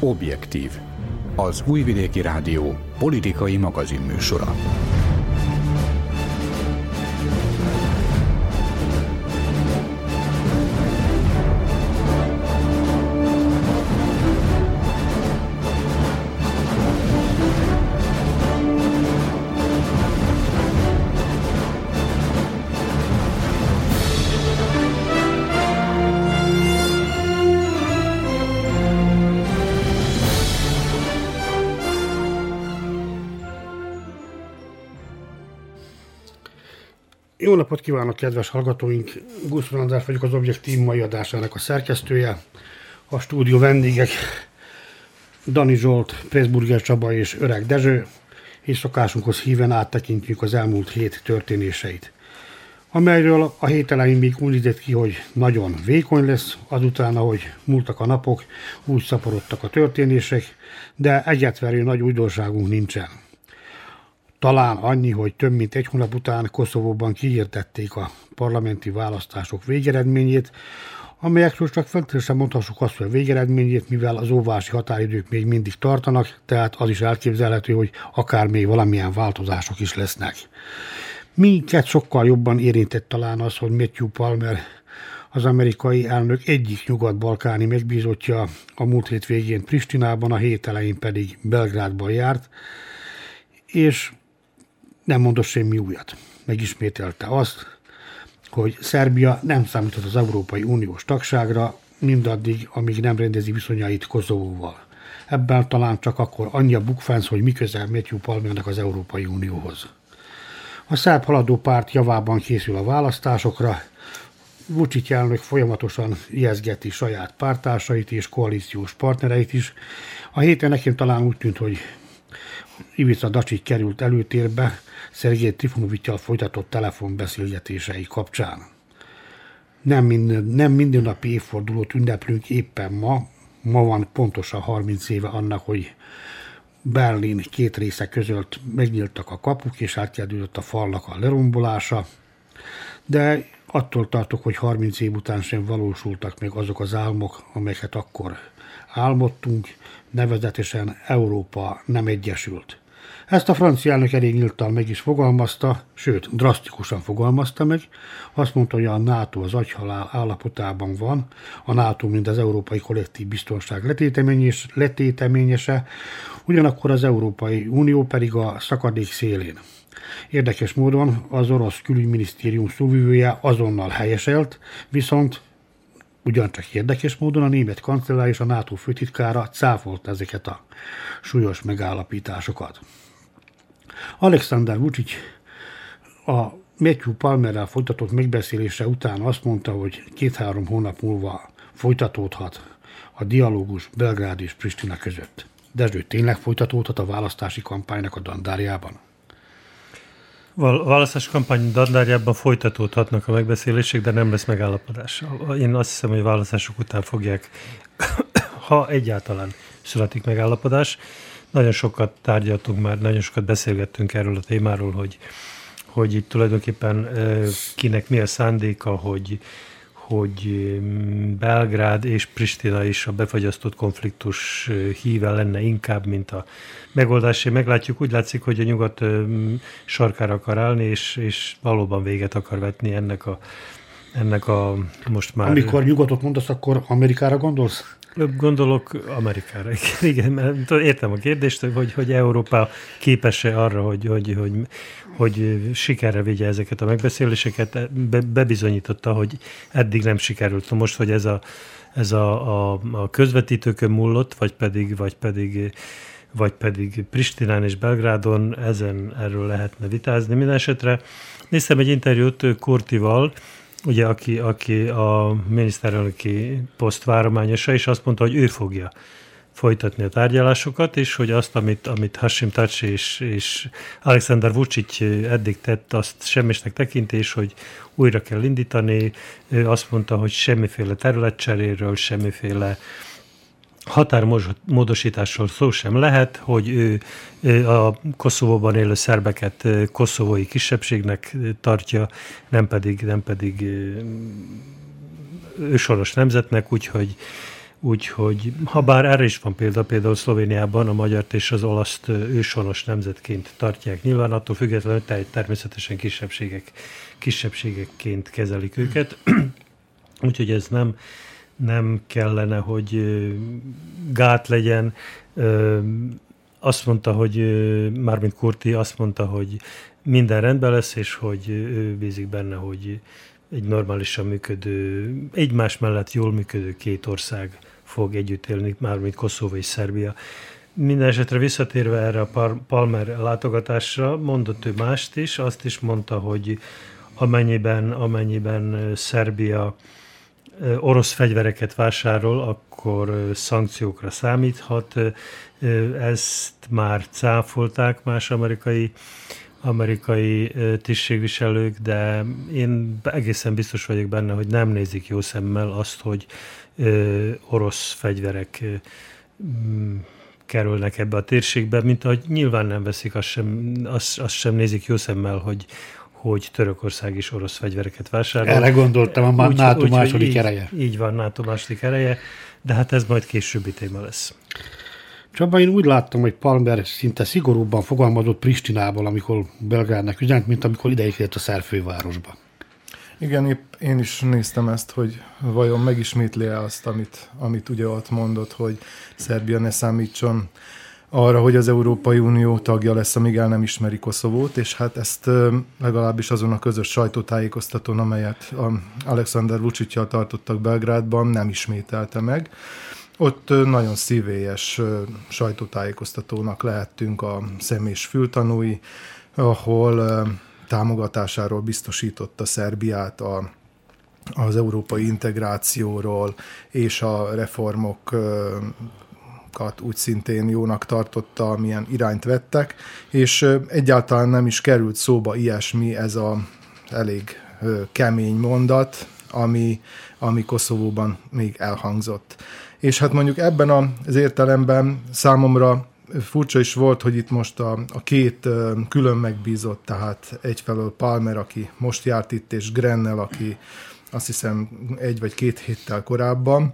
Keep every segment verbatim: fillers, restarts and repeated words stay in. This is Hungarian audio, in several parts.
Objektív. Az Újvidéki Rádió politikai magazinműsora. Jó napot kívánok, kedves hallgatóink! Guszman András vagyok, az Objektív mai adásának a szerkesztője. A stúdió vendégek Dani Zsolt, Pressburger Csaba és Öreg Dezső, és szokásunkhoz híven áttekintjük az elmúlt hét történéseit, amelyről a hét elején még úgy nézett ki, hogy nagyon vékony lesz, azután, ahogy múltak a napok, úgy szaporodtak a történések, de egyetverő nagy újdonságunk nincsen. Talán annyi, hogy több mint egy hónap után Koszovóban kihirdették a parlamenti választások végeredményét, amelyekről csak feltétlenül mondhassuk azt, hogy a végeredményét, mivel az óvási határidők még mindig tartanak, tehát az is elképzelhető, hogy akár még valamilyen változások is lesznek. Minket sokkal jobban érintett talán az, hogy Matthew Palmer, az amerikai elnök egyik nyugat-balkáni megbízottja a múlt hét végén Pristinában, a hét elején pedig Belgrádban járt, és nem mondott semmi újat. Megismételte azt, hogy Szerbia nem számított az Európai Uniós tagságra, mindaddig, amíg nem rendezi viszonyait Koszovóval. Ebben talán csak akkor annyi a bukfánc, hogy mi közel Matthew Palmernek az Európai Unióhoz. A szerb haladó párt javában készül a választásokra, Vučić elnök folyamatosan ijeszgeti saját párttársait és koalíciós partnereit is. A héten nekem talán úgy tűnt, hogy Ivica Dačić került előtérbe Szergej Trifunovićsal folytatott telefonbeszélgetései kapcsán. Nem, minden, nem mindennapi évfordulót ünneplünk éppen ma, ma van pontosan harminc éve annak, hogy Berlin két része között megnyíltak a kapuk, és átkezdődött a falnak a lerombolása, de attól tartok, hogy harminc év után sem valósultak meg azok az álmok, amelyeket akkor álmodtunk, nevezetesen Európa nem egyesült. Ezt a francia elnök elég nyíltan meg is fogalmazta, sőt, drasztikusan fogalmazta meg. Azt mondta, hogy a NATO az agyhalál állapotában van, a NATO, mint az Európai Kollektív Biztonság letéteményes, letéteményese, ugyanakkor az Európai Unió pedig a szakadék szélén. Érdekes módon az orosz külügyminisztérium szóvivője azonnal helyeselt, viszont ugyancsak érdekes módon a német kancellár és a NATO főtitkára cáfolta ezeket a súlyos megállapításokat. Alexander Vučić a Matthew Palmerrel folytatott megbeszélése után azt mondta, hogy két-három hónap múlva folytatódhat a dialógus Belgrád és Pristina között. Dezső, tényleg folytatódhat a választási kampánynak a dandárjában? A választási kampány dandárjában folytatódhatnak a megbeszélések, de nem lesz megállapodás. Én azt hiszem, hogy a választások után fogják, ha egyáltalán születik megállapodás. Nagyon sokat tárgyaltunk már, nagyon sokat beszélgettünk erről a témáról, hogy, hogy itt tulajdonképpen kinek mi a szándéka, hogy, hogy Belgrád és Pristina is a befagyasztott konfliktus híve lenne inkább, mint a megoldás. Meglátjuk, úgy látszik, hogy a nyugat sarkára akar állni, és, és valóban véget akar vetni ennek a, ennek a most már... Amikor nyugatot mondasz, akkor Amerikára gondolsz? Gondolok Amerikára. Igen, mert értem a kérdést, hogy, hogy Európa képes-e arra, hogy, hogy, hogy, hogy sikerre vigye ezeket a megbeszéléseket. Be, bebizonyította, hogy eddig nem sikerült. Most, hogy ez a, ez a, a, a közvetítőkön múlott, vagy pedig, vagy pedig vagy pedig Pristinán és Belgrádon, ezen erről lehetne vitázni. Minden esetre néztem egy interjút Kurtival, ugye, aki, aki a miniszterelnöki poszt várományosa, és azt mondta, hogy ő fogja folytatni a tárgyalásokat, és hogy azt, amit, amit Hashim Thaçi és, és Alexander Vučić eddig tett, azt semmisnek tekinti, és hogy újra kell indítani. Ő azt mondta, hogy semmiféle területcseréről, semmiféle határmódosításról szó sem lehet, hogy ő a Koszovóban élő szerbeket koszovói kisebbségnek tartja, nem pedig, nem pedig ősoros nemzetnek, úgyhogy, Úgyhogy, ha bár erre is van példa, például Szlovéniában a magyart és az olaszt őshonos nemzetként tartják nyilván, attól függetlenül természetesen kisebbségek, kisebbségekként kezelik őket. Úgyhogy ez nem, nem kellene, hogy gát legyen. Azt mondta, hogy mármint Kurti azt mondta, hogy minden rendben lesz, és hogy ő bízik benne, hogy egy normálisan működő, egymás mellett jól működő két ország fog együtt élni, mármint Koszovó és Szerbia. Minden esetre visszatérve erre a Palmer látogatásra, mondott ő mást is, azt is mondta, hogy amennyiben, amennyiben Szerbia orosz fegyvereket vásárol, akkor szankciókra számíthat. Ezt már cáfolták más amerikai amerikai tisztségviselők, de én egészen biztos vagyok benne, hogy nem nézik jó szemmel azt, hogy orosz fegyverek kerülnek ebbe a térségbe, mint ahogy nyilván nem veszik, azt sem, azt, azt sem nézik jó szemmel, hogy, hogy Törökország is orosz fegyvereket vásárol. Erre gondoltam, a úgy, NATO úgy, második így, ereje. Így van, NATO második ereje, de hát ez majd későbbi téma lesz. Csaba, én úgy láttam, hogy Palmer szinte szigorúbban fogalmazott Pristinából, amikor Belgrádnak üzent, mint amikor ideérkezett a szerb fővárosba. Igen, épp én is néztem ezt, hogy vajon megismétli-e azt, amit, amit ugye ott mondott, hogy Szerbia ne számítson arra, hogy az Európai Unió tagja lesz, amíg el nem ismeri Koszovót, és hát ezt legalábbis azon a közös sajtótájékoztatón, amelyet Alexander Vučićjal tartottak Belgrádban, nem ismételte meg. Ott nagyon szívélyes sajtótájékoztatónak lehettünk a szem- és fültanúi, ahol támogatásáról biztosította Szerbiát a, az európai integrációról, és a reformokat úgy szintén jónak tartotta, amilyen irányt vettek, és egyáltalán nem is került szóba ilyesmi, ez a elég kemény mondat, ami, ami Koszovóban még elhangzott. És hát mondjuk ebben az értelemben számomra furcsa is volt, hogy itt most a, a két külön megbízott, tehát egyfelől Palmer, aki most járt itt, és Grenell, aki azt hiszem egy vagy két héttel korábban,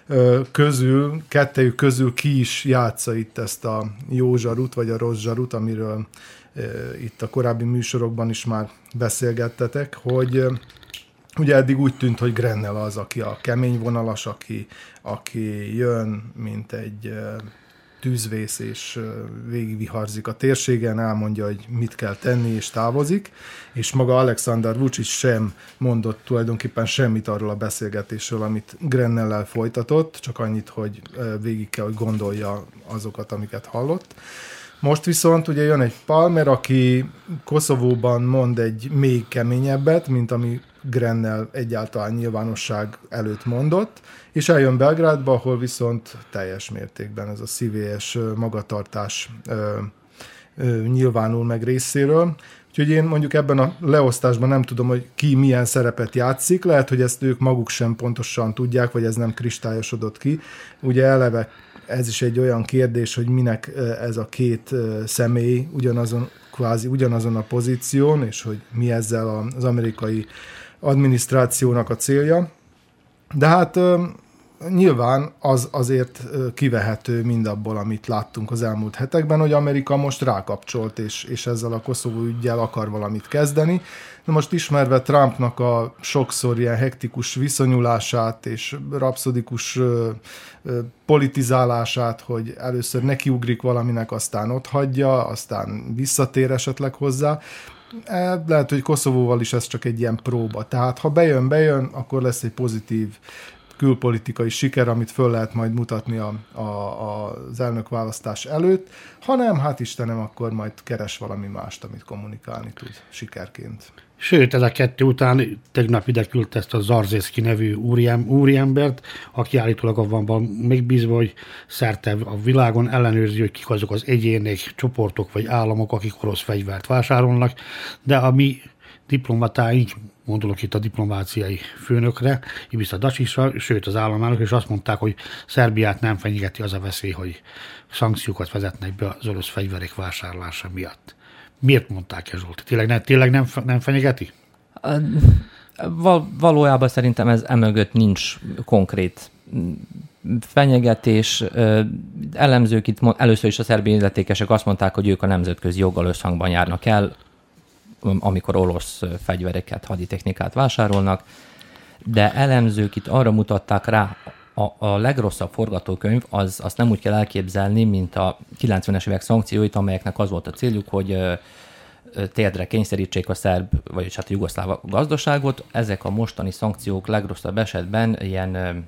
közül, kettejük közül ki is játsza itt ezt a jó zsarut, vagy a rossz zsarut, amiről itt a korábbi műsorokban is már beszélgettetek, hogy ugye eddig úgy tűnt, hogy Grenell az, aki a kemény vonalas, aki, aki jön, mint egy tűzvész, és végigviharzik a térségen, elmondja, hogy mit kell tenni, és távozik, és maga Alexander Vučić sem mondott tulajdonképpen semmit arról a beszélgetésről, amit Grenellel folytatott, csak annyit, hogy végig kell, hogy gondolja azokat, amiket hallott. Most viszont ugye jön egy Palmer, aki Koszovóban mond egy még keményebbet, mint ami Grenell egyáltalán nyilvánosság előtt mondott, és eljön Belgrádba, ahol viszont teljes mértékben ez a szívélyes magatartás ö, ö, nyilvánul meg részéről. Úgyhogy én mondjuk ebben a leosztásban nem tudom, hogy ki milyen szerepet játszik, lehet, hogy ezt ők maguk sem pontosan tudják, vagy ez nem kristályosodott ki. Ugye eleve ez is egy olyan kérdés, hogy minek ez a két személy ugyanazon, kvázi ugyanazon a pozíción, és hogy mi ezzel az amerikai adminisztrációnak a célja. De hát nyilván az azért kivehető mindabból, amit láttunk az elmúlt hetekben, hogy Amerika most rákapcsolt, és, és ezzel a Koszovó üggyel akar valamit kezdeni. Na most ismerve Trumpnak a sokszor ilyen hektikus viszonyulását és rapszodikus ö, ö, politizálását, hogy először nekiugrik valaminek, aztán ott hagyja, aztán visszatér esetleg hozzá. Lehet, hogy Koszovóval is ez csak egy ilyen próba. Tehát ha bejön, bejön, akkor lesz egy pozitív külpolitikai siker, amit föl lehet majd mutatni a, a, az elnökválasztás előtt, ha nem, hát Istenem, akkor majd keres valami mást, amit kommunikálni tud sikerként. Sőt, ez a kettő után tegnap ide küldte ezt a Zarzészki nevű úriem, úriembert, aki állítólag abban megbízva, hogy szerte a világon ellenőrzi, hogy kik azok az egyének, csoportok vagy államok, akik orosz fegyvert vásárolnak, de a mi diplomatáink, gondolok itt a diplomáciai főnökre, Ivica Dačićra, sőt az államának, és azt mondták, hogy Szerbiát nem fenyegeti az a veszély, hogy szankciókat vezetnek be az orosz fegyverek vásárlása miatt. Miért mondták ezt, Zsolti? Tényleg, ne, tényleg nem, nem fenyegeti? Val- valójában szerintem ez emögött nincs konkrét fenyegetés. Elemzők itt először is a szerb illetékesek azt mondták, hogy ők a nemzetközi joggal összhangban járnak el, amikor orosz fegyvereket, haditechnikát vásárolnak, de elemzők itt arra mutatták rá, a, a legrosszabb forgatókönyv, az, azt nem úgy kell elképzelni, mint a kilencvenes évek szankcióit, amelyeknek az volt a céljuk, hogy térdre kényszerítsék a szerb, vagyis hát a jugoszláv gazdaságot. Ezek a mostani szankciók legrosszabb esetben ilyen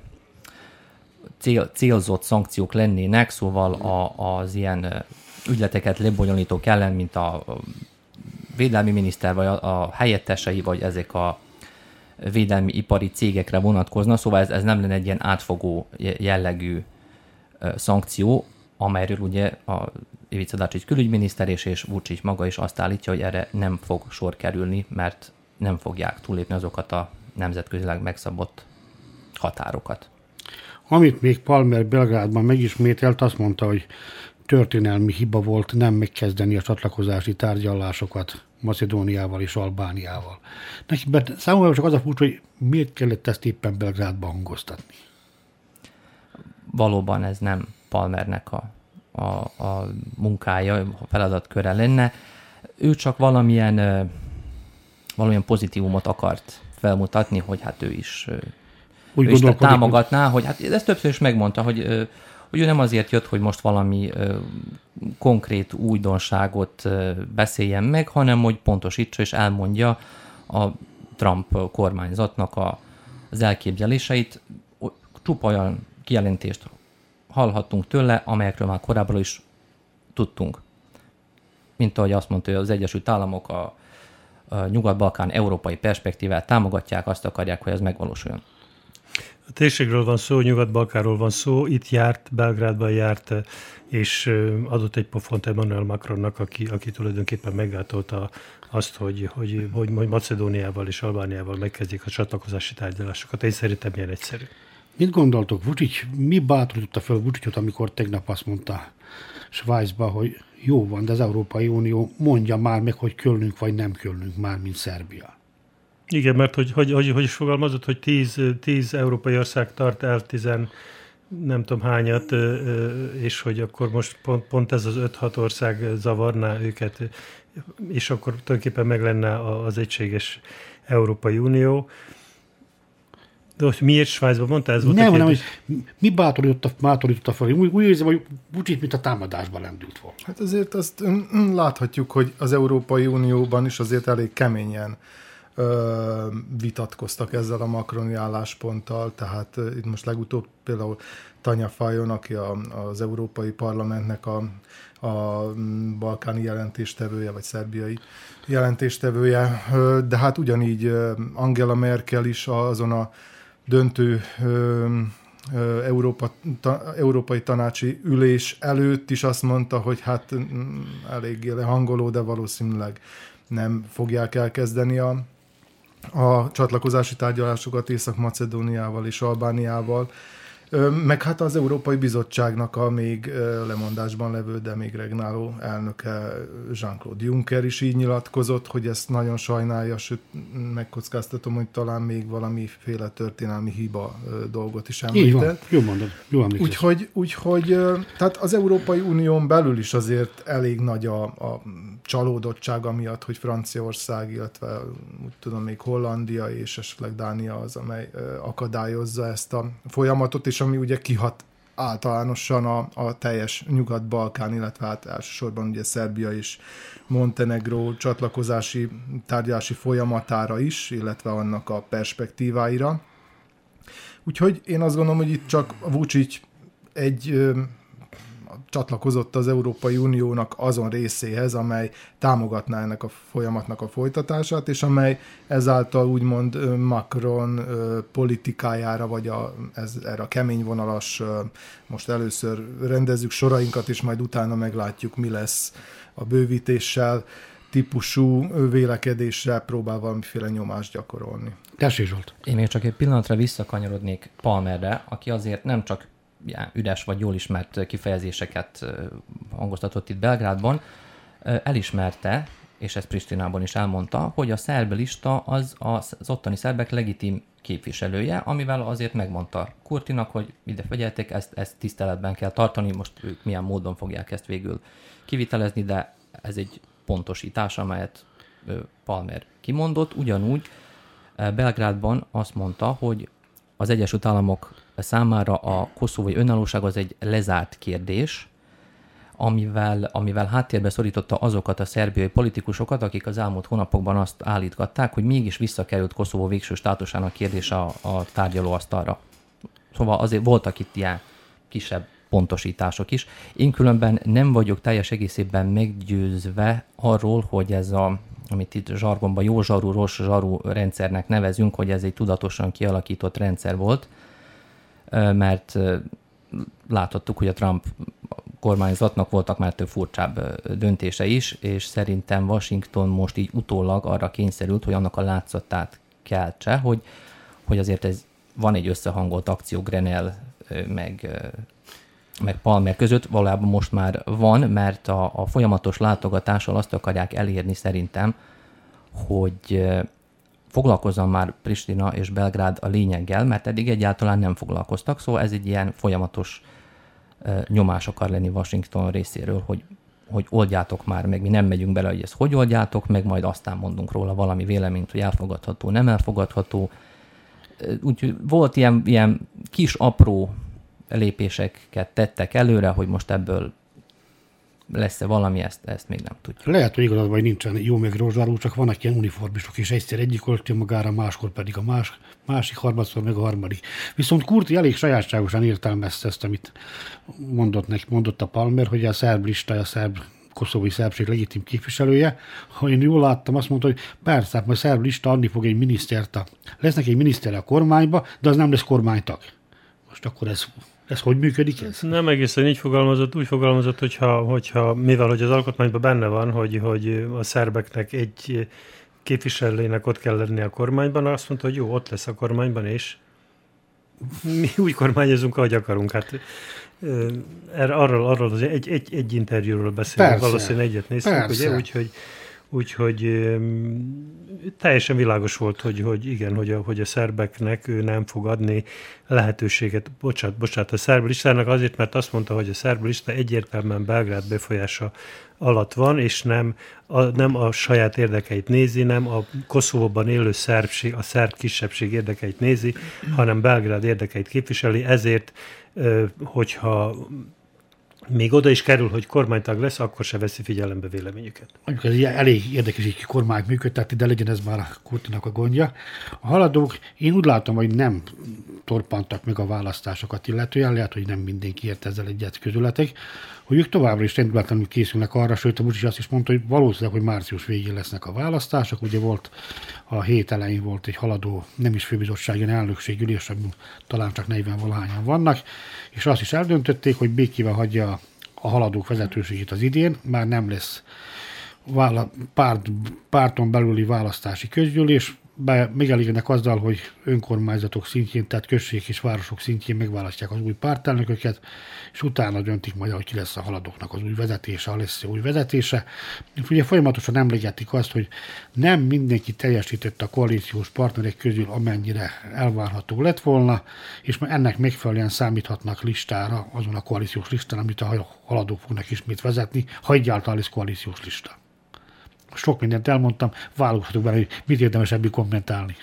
cél, célzott szankciók lennének, szóval a, az ilyen ügyleteket lebonyolítók ellen, mint a védelmi miniszter, vagy a, a helyettesei, vagy ezek a védelmi ipari cégekre vonatkozna, szóval ez, ez nem lenne egy ilyen átfogó jellegű szankció, amelyről ugye a Ivica Dačić külügyminiszter és, és Vučić maga is azt állítja, hogy erre nem fog sor kerülni, mert nem fogják túllépni azokat a nemzetközileg megszabott határokat. Amit még Palmer Belgrádban megismételt, azt mondta, hogy történelmi hiba volt nem megkezdeni a csatlakozási tárgyalásokat Macedóniával és Albániával. Neki számomra csak az a furcsa, hogy miért kellett ezt éppen Belgrádban hangoztatni. Valóban ez nem Palmernek a, a, a munkája, a feladatköre lenne. Ő csak valamilyen, valamilyen pozitívumot akart felmutatni, hogy hát ő is, Úgy ő is támogatná, hogy hát ezt többször is megmondta, hogy hogy ő nem azért jött, hogy most valami ö, konkrét újdonságot ö, beszéljen meg, hanem hogy pontosítsa és elmondja a Trump kormányzatnak a, az elképzeléseit. Csupa olyan kijelentést hallhattunk tőle, amelyekről már korábban is tudtunk. Mint ahogy azt mondta, hogy az Egyesült Államok a, a Nyugat-Balkán európai perspektívát támogatják, azt akarják, hogy ez megvalósuljon. A térségről van szó, Nyugat-Balkánról van szó, itt járt, Belgrádban járt, és adott egy pofont Emmanuel Macronnak, aki, aki tulajdonképpen meggátolta azt, hogy, hogy, hogy, hogy Macedóniával és Albániával megkezdik a csatlakozási tárgyalásokat. Én szerintem ilyen egyszerű. Mit gondoltok, Vučić, mi bátorította fel Vučićot, amikor tegnap azt mondta Svájcba, hogy jó van, de az Európai Unió mondja már meg, hogy kölnünk vagy nem kölnünk már, mint Szerbia. Igen, mert hogy, hogy, hogy, hogy is fogalmazott, hogy tíz, tíz európai ország tart el tizen nem tudom hányat, és hogy akkor most pont, pont ez az öt-hat ország zavarná őket, és akkor tulajdonképpen meg lenne az egységes Európai Unió. De most miért Svájcban mondta? Ez volt nem, nem, hogy mi bátorította, bátorította fel? Úgy, úgy érzem, hogy Vučić, mint a támadásban lendült volna. Hát azért azt láthatjuk, hogy az Európai Unióban is azért elég keményen Ö, vitatkoztak ezzel a macroni állásponttal, tehát uh, itt most legutóbb például Tanja Fajon, aki a, az Európai Parlamentnek a, a balkáni jelentéstevője, vagy szerbiai jelentéstevője, ö, de hát ugyanígy uh, Angela Merkel is azon a döntő ö, ö, Európa, ta, európai tanácsi ülés előtt is azt mondta, hogy hát mm, eléggé lehangoló, de valószínűleg nem fogják elkezdeni a a csatlakozási tárgyalásokat Észak-Macedóniával és Albániával, meg hát az Európai Bizottságnak a még lemondásban levő, de még regnáló elnöke Jean-Claude Juncker is így nyilatkozott, hogy ezt nagyon sajnálja, sőt megkockáztatom, hogy talán még valamiféle történelmi hiba dolgot is említett. Így van, jó mondod, jó emlékszem. Úgyhogy, úgyhogy tehát az Európai Unión belül is azért elég nagy a, a csalódottsága miatt, hogy Franciaország, illetve úgy tudom még Hollandia és esetleg Dánia az, amely akadályozza ezt a folyamatot, és ami ugye kihat általánosan a, a teljes Nyugat-Balkán, illetve hát elsősorban ugye Szerbia és Montenegró csatlakozási tárgyalási folyamatára is, illetve annak a perspektíváira. Úgyhogy én azt gondolom, hogy itt csak Vučić egy ö, csatlakozott az Európai Uniónak azon részéhez, amely támogatná ennek a folyamatnak a folytatását, és amely ezáltal úgymond Macron politikájára, vagy a, ez, erre a kemény vonalas, most először rendezzük sorainkat, és majd utána meglátjuk, mi lesz a bővítéssel típusú vélekedésre próbál valamiféle nyomást gyakorolni. Tessék, Zsolt. Én még csak egy pillanatra visszakanyarodnék Palmerre, aki azért nem csak ja, üres vagy jól ismert kifejezéseket hangoztatott itt Belgrádban, elismerte és ezt Pristinában is elmondta, hogy a szerb lista az az ottani szerbek legitim képviselője, amivel azért megmondta Kurtinak, hogy ide figyelték, ezt, ezt tiszteletben kell tartani, most ők milyen módon fogják ezt végül kivitelezni, de ez egy pontosítás, amelyet Palmer kimondott. Ugyanúgy Belgrádban azt mondta, hogy az Egyesült Államok számára a koszovói önállóság az egy lezárt kérdés, amivel, amivel háttérbe szorította azokat a szerbiai politikusokat, akik az elmúlt hónapokban azt állítgatták, hogy mégis visszakerült Koszovó végső státusának kérdése a, a tárgyalóasztalra. Szóval azért voltak itt ilyen kisebb pontosítások is. Én különben nem vagyok teljes egészében meggyőzve arról, hogy ez a, amit itt zsargonban jó zsarú, rossz zsarú rendszernek nevezünk, hogy ez egy tudatosan kialakított rendszer volt, mert láthattuk, hogy a Trump kormányzatnak voltak már több furcsább döntése is, és szerintem Washington most így utólag arra kényszerült, hogy annak a látszatát keltse, hogy, hogy azért ez van egy összehangolt akció Grenell meg, meg Palmer között, valójában most már van, mert a, a folyamatos látogatással azt akarják elérni szerintem, hogy foglalkozzon már Pristina és Belgrád a lényeggel, mert eddig egyáltalán nem foglalkoztak, szóval ez egy ilyen folyamatos uh, nyomás akar lenni Washington részéről, hogy, hogy oldjátok már meg, mi nem megyünk bele, hogy ezt hogy oldjátok, meg majd aztán mondunk róla valami véleményt, hogy elfogadható, nem elfogadható. Úgyhogy volt ilyen, ilyen kis apró lépéseket tettek előre, hogy most ebből lesz-e valami, ezt, ezt még nem tudjuk. Lehet, hogy igazad, vagy nincsen jó meg rozsáró, csak vannak ilyen uniformisok, és egyszer egyik oltja magára, máskor pedig a más, másik, harmadszor meg a harmadik. Viszont Kurti elég sajátságosan értelmezte ezt, amit mondott, neki, mondott a Palmer, hogy a szerb listája, a szerb koszovói szerbség legitim képviselője. Ha én jól láttam, azt mondta, hogy persze, majd a szerb lista adni fog egy minisztert. A, lesz neki egy miniszter a kormányba, de az nem lesz kormánytag. Most akkor ez... Ez hogy működik ez? Nem egészen így fogalmazott, úgy fogalmazott, hogyha, hogyha mivel hogy az alkotmányban benne van, hogy, hogy a szerbeknek egy képviselőnek ott kell lenni a kormányban, azt mondta, hogy jó, ott lesz a kormányban, és mi úgy kormányozunk, ahogy akarunk. Hát arról, arról az egy, egy, egy interjúról beszélünk, valószínűleg egyet néztünk, ugye, úgyhogy Úgyhogy teljesen világos volt, hogy, hogy igen, hogy a, hogy a szerbeknek ő nem fog adni lehetőséget, bocsánat, bocsánat, a szerb listának azért, mert azt mondta, hogy a szerb lista egyértelműen Belgrád befolyása alatt van, és nem a, nem a saját érdekeit nézi, nem a Koszovóban élő szerbség, a szerb kisebbség érdekeit nézi, hanem Belgrád érdekeit képviseli, ezért, hogyha még oda is kerül, hogy kormánytag lesz, akkor se veszi figyelembe véleményüket. Mondjuk ez elég érdekes, hogy kormány működtet, de legyen ez már a Kurtinak a gondja. A haladók, én úgy látom, hogy nem torpantak meg a választásokat illetően, lehet, hogy nem mindenki ért ezzel egyet közületek, hogy ők továbbra is rendületlenül készülnek arra, sőt a Bucsi azt is mondta, hogy valószínűleg, hogy március végén lesznek a választások. Ugye volt a hét elején volt egy haladó, nem is főbizottsági, elnökségülés, talán csak negyven-valahányan vannak, és azt is eldöntötték, hogy békével hagyja a haladók vezetőségét az idén, már nem lesz vála, párt, párton belüli választási közgyűlés, be, megelégednek azzal, hogy önkormányzatok szintjén, tehát községek és városok szintjén megválasztják az új pártelnököket, és utána döntik majd, hogy ki lesz a haladóknak az új vezetése, ha lesz új vezetése. Ugye folyamatosan emlegetik azt, hogy nem mindenki teljesítette a koalíciós partnerek közül, amennyire elvárható lett volna, és ennek megfelelően számíthatnak listára, azon a koalíciós listán, amit a haladók fognak ismét vezetni, ha egyáltalán lesz koalíciós lista. Sok mindent elmondtam, válogatok bele, hogy mit érdemes ebből kommentálni.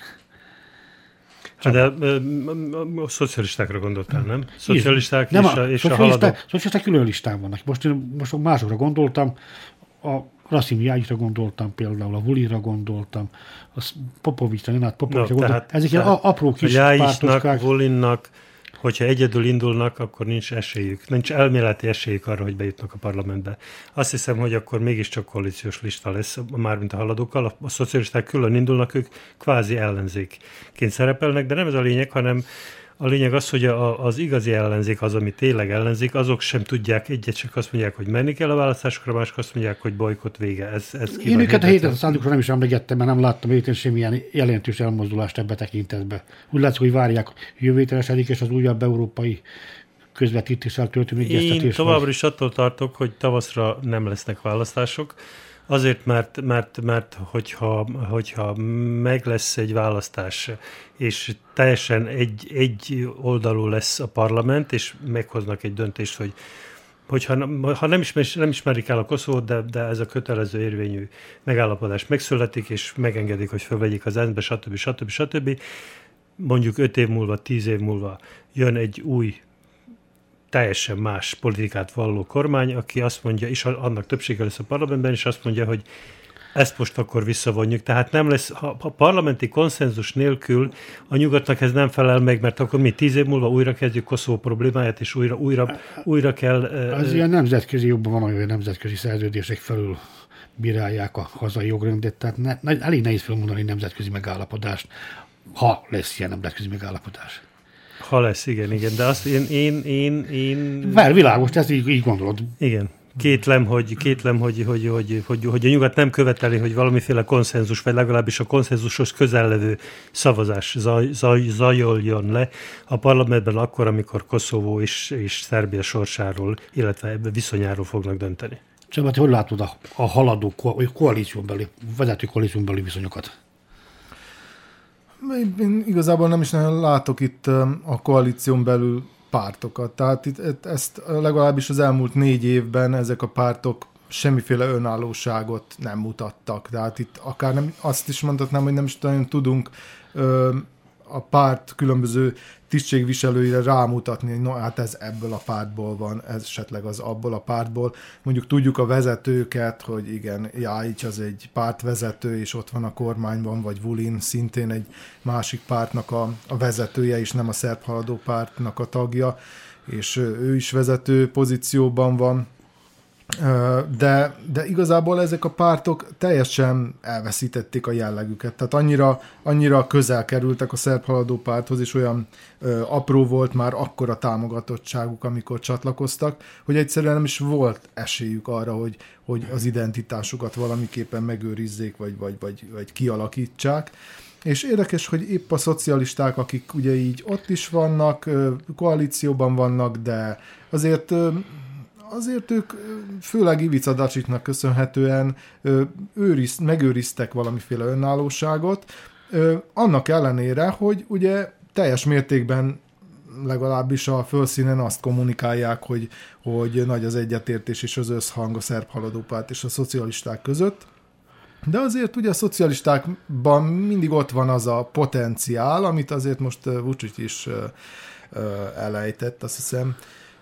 Hát de a, a, a szocialistákra gondoltál, nem? Szocialisták nem és a, a, és szocialisták, a haladók. Szocialisták külön listán vannak. Most, most másokra gondoltam, a Rasim Jágyra gondoltam, például a Vulira gondoltam, a Popovicsra, Nenát Popovicsra no, gondoltam. Ezek ilyen apró kis pártoskák. Vulinnak, hogyha egyedül indulnak, akkor nincs esélyük. Nincs elméleti esélyük arra, hogy bejutnak a parlamentbe. Azt hiszem, hogy akkor mégiscsak koalíciós lista lesz, mármint a haladókkal. A, a szocialisták külön indulnak, ők kvázi ellenzékként szerepelnek, de nem ez a lényeg, hanem a lényeg az, hogy a, az igazi ellenzék az, ami tényleg ellenzék, azok sem tudják, egyet csak azt mondják, hogy menni kell a választásokra, mások azt mondják, hogy bolykott vége. Ez, ez Én őket a héten a szándékosra nem is emlegettem, mert nem láttam héten semmilyen jelentős elmozdulást ebbe tekintetbe. Úgy látszik, hogy várják, jövő héten esedik, és az újabb európai közvetítéssel történő egyeztetés. Én továbbra is attól tartok, hogy tavaszra nem lesznek választások. Azért, mert, mert, mert hogyha, hogyha meg lesz egy választás, és teljesen egy, egy oldalú lesz a parlament, és meghoznak egy döntést, hogy hogyha ha nem, ismer, nem ismerik el a Koszovót, de, de ez a kötelező érvényű megállapodás megszületik, és megengedik, hogy fölvegyék az ENSZ-be, stb. stb. stb. Mondjuk öt év múlva, tíz év múlva jön egy új, teljesen más politikát valló kormány, aki azt mondja, és annak többsége lesz a parlamentben, és azt mondja, hogy ezt most akkor visszavonjuk. Tehát nem lesz, ha a parlamenti konszenzus nélkül a nyugatnak ez nem felel meg, mert akkor mi tíz év múlva újra kezdjük Koszovó problémáját, és újra, újra, újra kell... Az uh, ilyen nemzetközi jobban van, olyan nemzetközi szerződések felül bírálják a hazai jogrendet, tehát ne, elég nehéz felmondani nemzetközi megállapodást, ha lesz ilyen nemzetközi megállapodás. Ha lesz, igen, igen, de azt én... én, én, én... Vár, világos, ezt így, így gondolod. Igen. Kétlem, hogy, kétlem hogy, hogy, hogy, hogy, hogy a nyugat nem követeli, hogy valamiféle konszenzus, vagy legalábbis a konszenzushoz közel levő szavazás zaj, zaj, zajoljon le a parlamentben akkor, amikor Koszovó és, és Szerbia sorsáról, illetve viszonyáról fognak dönteni. Csaba, te hogy látod a, a haladó koalíciónbeli, vezető koalíciónbeli viszonyokat? Én, én igazából nem is nagyon látok itt a koalíción belül pártokat. Tehát itt, ezt legalábbis az elmúlt négy évben ezek a pártok semmiféle önállóságot nem mutattak. Tehát itt akár nem, azt is mondhatnám, hogy nem is nagyon tudunk ö, a párt különböző tisztségviselőire rámutatni, hogy no, hát ez ebből a pártból van, ez esetleg az abból a pártból. Mondjuk tudjuk a vezetőket, hogy igen, Jáics az egy pártvezető, és ott van a kormányban, vagy Vulin szintén egy másik pártnak a, a vezetője, és nem a szerb haladó pártnak a tagja, és ő is vezető pozícióban van. De, de igazából ezek a pártok teljesen elveszítették a jellegüket. Tehát annyira, annyira közel kerültek a szerb haladó párthoz, és olyan ö, apró volt már akkora támogatottságuk, amikor csatlakoztak, hogy egyszerűen nem is volt esélyük arra, hogy, hogy az identitásukat valamiképpen megőrizzék, vagy, vagy, vagy, vagy kialakítsák. És érdekes, hogy épp a szocialisták, akik ugye így ott is vannak, koalícióban vannak, de azért... Azért ők főleg Ivica Dacsicnak köszönhetően őriz, megőriztek valamiféle önállóságot, annak ellenére, hogy ugye teljes mértékben legalábbis a fölszínen azt kommunikálják, hogy, hogy nagy az egyetértés és az összhang a szerb haladó párt és a szocialisták között. De azért ugye a szocialistákban mindig ott van az a potenciál, amit azért most Vučić is elejtett, azt hiszem,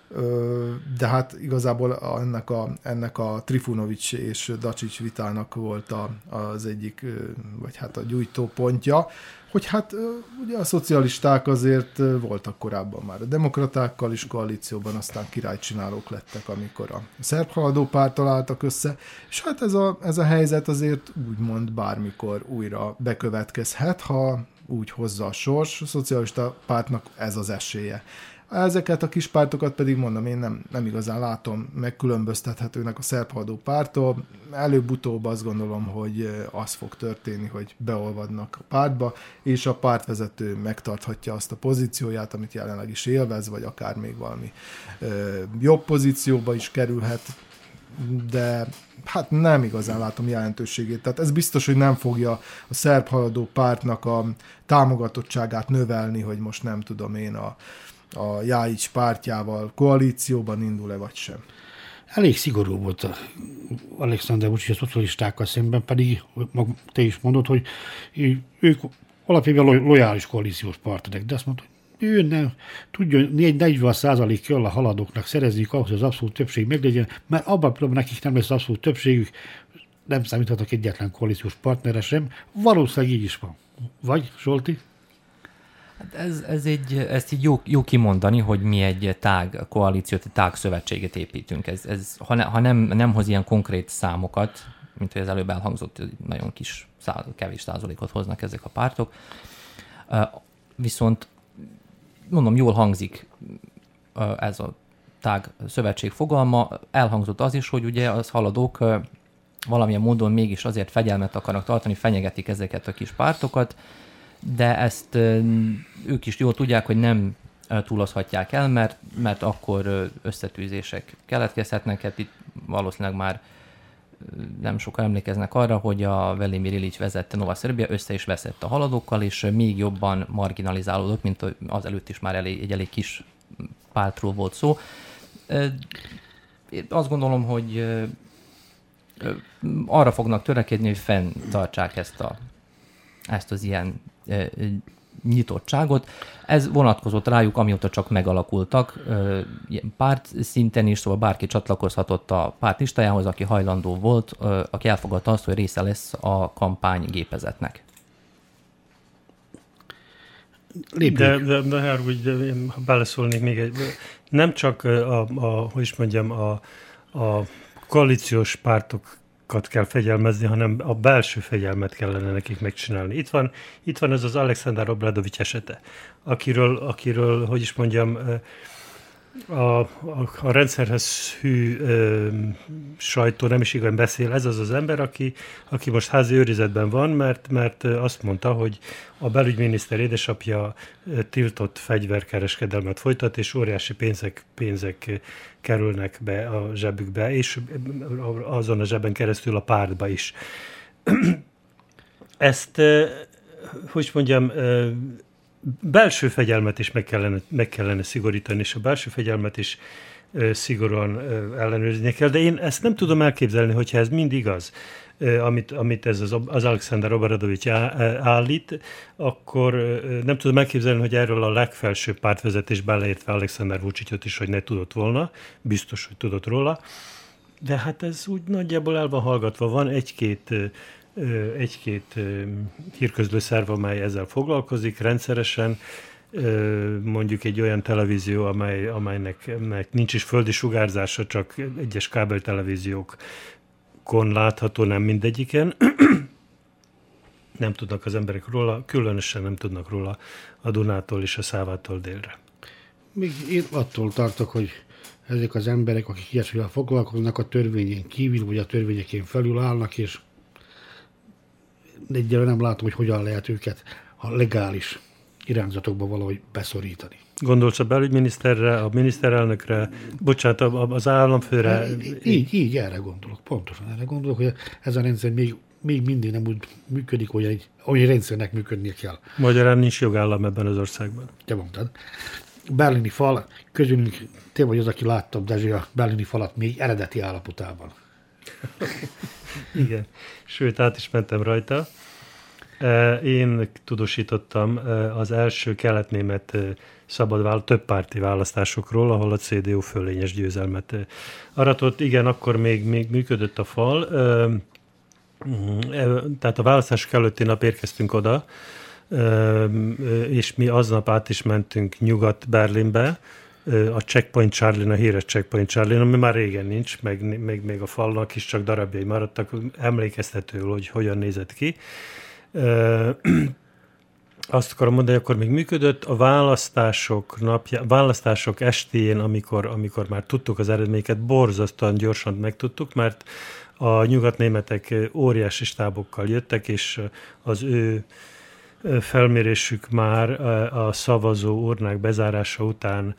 de hát igazából ennek a, ennek a Trifunović és Dačić vitának volt a, az egyik, vagy hát a gyújtópontja, hogy hát ugye a szocialisták azért voltak korábban már a demokratákkal is koalícióban, aztán királycsinálók lettek, amikor a szerb haladó párttal álltak össze, és hát ez a, ez a helyzet azért úgymond bármikor újra bekövetkezhet, ha úgy hozza a sors, a szocialista pártnak ez az esélye. Ezeket a kis pártokat pedig mondom, én nem, nem igazán látom megkülönböztethetőnek a szerb haladó pártól. Előbb-utóbb azt gondolom, hogy az fog történni, hogy beolvadnak a pártba, és a pártvezető megtarthatja azt a pozícióját, amit jelenleg is élvez, vagy akár még valami ö, jobb pozícióba is kerülhet, de hát nem igazán látom jelentőségét. Tehát ez biztos, hogy nem fogja a szerb haladó pártnak a támogatottságát növelni, hogy most nem tudom én a a Jáics pártjával koalícióban indul-e vagy sem. Elég szigorú volt Alexander Vučić a szocialistákkal szemben, pedig te is mondod, hogy ők alapjában lojális koalíciós partnerek, de azt mondta, hogy ő nem tudja, negyven százalék kell a haladóknak szerezniük ahhoz, hogy az abszolút többség meglegyen, mert abban pillanatban nekik nem lesz abszolút többségük, nem számíthatok egyetlen koalíciós partnerre sem. Valószínűleg így is van. Vagy, Zsolti? Ez, ez egy, ezt így jó, jó kimondani, hogy mi egy tág koalíciót, egy tág szövetséget építünk. Ez, ez, ha ne, ha nem, nem hoz ilyen konkrét számokat, mint hogy az előbb elhangzott, nagyon kis, száz, kevés százalékot hoznak ezek a pártok. Viszont, mondom, jól hangzik ez a tág szövetség fogalma. Elhangzott az is, hogy ugye az haladók valamilyen módon mégis azért fegyelmet akarnak tartani, fenyegetik ezeket a kis pártokat, de ezt ők is jól tudják, hogy nem túlozhatják el, mert, mert akkor összetűzések keletkezhetnek, hát itt valószínűleg már nem sokan emlékeznek arra, hogy a Velimir Ilics vezette Nova Szerbia össze is veszett a haladókkal, és még jobban marginalizálódott, mint az előtt is már elég, egy elég kis pártról volt szó. Én azt gondolom, hogy arra fognak törekedni, hogy fenntartsák ezt, a, ezt az ilyen nyitottságot. Ez vonatkozott rájuk, amióta csak megalakultak párt szinten is, szóval bárki csatlakozhatott a párt listájához, aki hajlandó volt, aki elfogadta azt, hogy része lesz a kampánygépezetnek. De, de, de Hergúgy, de én beleszólnék még egy, nem csak a, a hogy is mondjam, a, a koalíciós pártokat kell fegyelmezni, hanem a belső fegyelmet kellene nekik megcsinálni. Itt van, itt van ez az Alexander Obradovics esete, akiről, akiről, hogy is mondjam, a, a, a rendszerhez hű ö, sajtó nem is igen beszél. Ez az az ember, aki, aki most házi őrizetben van, mert, mert azt mondta, hogy a belügyminiszter édesapja tiltott fegyverkereskedelmet folytat, és óriási pénzek, pénzek kerülnek be a zsebükbe, és azon a zsebben keresztül a pártba is. Ezt, hogy mondjam, belső fegyelmet is meg kellene, meg kellene szigorítani, és a belső fegyelmet is ö, szigorúan ö, ellenőrizni kell, de én ezt nem tudom elképzelni, hogyha ez mind igaz, ö, amit, amit ez az, az Alexander Obradovics állít, akkor ö, nem tudom elképzelni, hogy erről a legfelsőbb pártvezetés beleértve Alexander Vučićot is, hogy ne tudott volna, biztos, hogy tudott róla, de hát ez úgy nagyjából el van hallgatva, van egy-két egy-két hírközlő szerv, amely ezzel foglalkozik rendszeresen, mondjuk egy olyan televízió, amely, amelynek nincs is földi sugárzása, csak egyes kábeltelevíziókon látható, nem mindegyiken. Nem tudnak az emberek róla, különösen nem tudnak róla a Dunától és a Szávától délre. Még én attól tartok, hogy ezek az emberek, akik ilyesmivel foglalkoznak, a törvényen kívül, vagy a törvényekén felül állnak, és egyelőre nem látom, hogy hogyan lehet őket a legális irányzatokba valahogy beszorítani. Gondolsz a belügyminiszterre, a miniszterelnökre, bocsánat, az államfőre? Így, így, erre gondolok, pontosan erre gondolok, hogy ez a rendszer még, még mindig nem úgy működik, hogy egy olyan rendszernek működnie kell. Magyarán nincs jogállam ebben az országban. Te mondtad. Berlini fal, közülünk te vagy az, aki látta, Dezső, a berlini falat még eredeti állapotában. Igen, sőt, át is mentem rajta. Én tudósítottam az első kelet-német szabad többpárti választásokról, ahol a cé dé u fölényes győzelmet aratott. Igen, akkor még, még működött a fal. Tehát a választások előtti nap érkeztünk oda, és mi aznap át is mentünk Nyugat-Berlinbe, a Checkpoint Charlie-n, a híres Checkpoint Charlie-n, ami már régen nincs, meg, meg még a falnak is csak darabjai maradtak, emlékeztető, hogy hogyan nézett ki. Azt akarom mondani, hogy akkor még működött. A választások napja, választások estéjén, amikor, amikor már tudtuk az eredményeket, borzasztóan gyorsan megtudtuk, mert a nyugatnémetek óriási stábokkal jöttek, és az ő felmérésük már a szavazó urnák bezárása után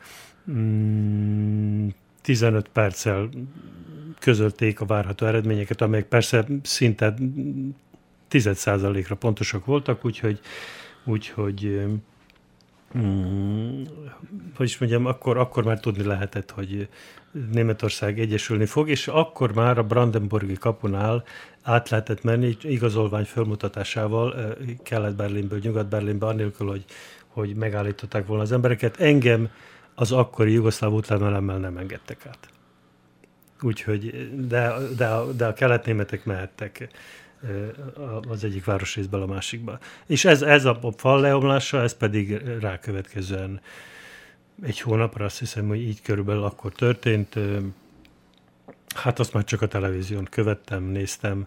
tizenöt perccel közölték a várható eredményeket, amelyek persze szinte tíz százalékra pontosak voltak, úgyhogy, úgyhogy mm, hogy is mondjam, akkor, akkor már tudni lehetett, hogy Németország egyesülni fog, és akkor már a Brandenburgi kapunál át lehetett menni igazolvány felmutatásával Kelet-Berlinből, Nyugat-Berlinbe, annélkül, hogy, hogy megállították volna az embereket. Engem az akkori jugoszláv útlevelemmel nem engedtek át. Úgyhogy, de, de, a, de a kelet-németek mehettek az egyik városrészből a másikba. És ez, ez a fal leomlása, ez pedig rákövetkezően egy hónapra, azt hiszem, hogy így körülbelül akkor történt. Hát azt már csak a televízión követtem, néztem.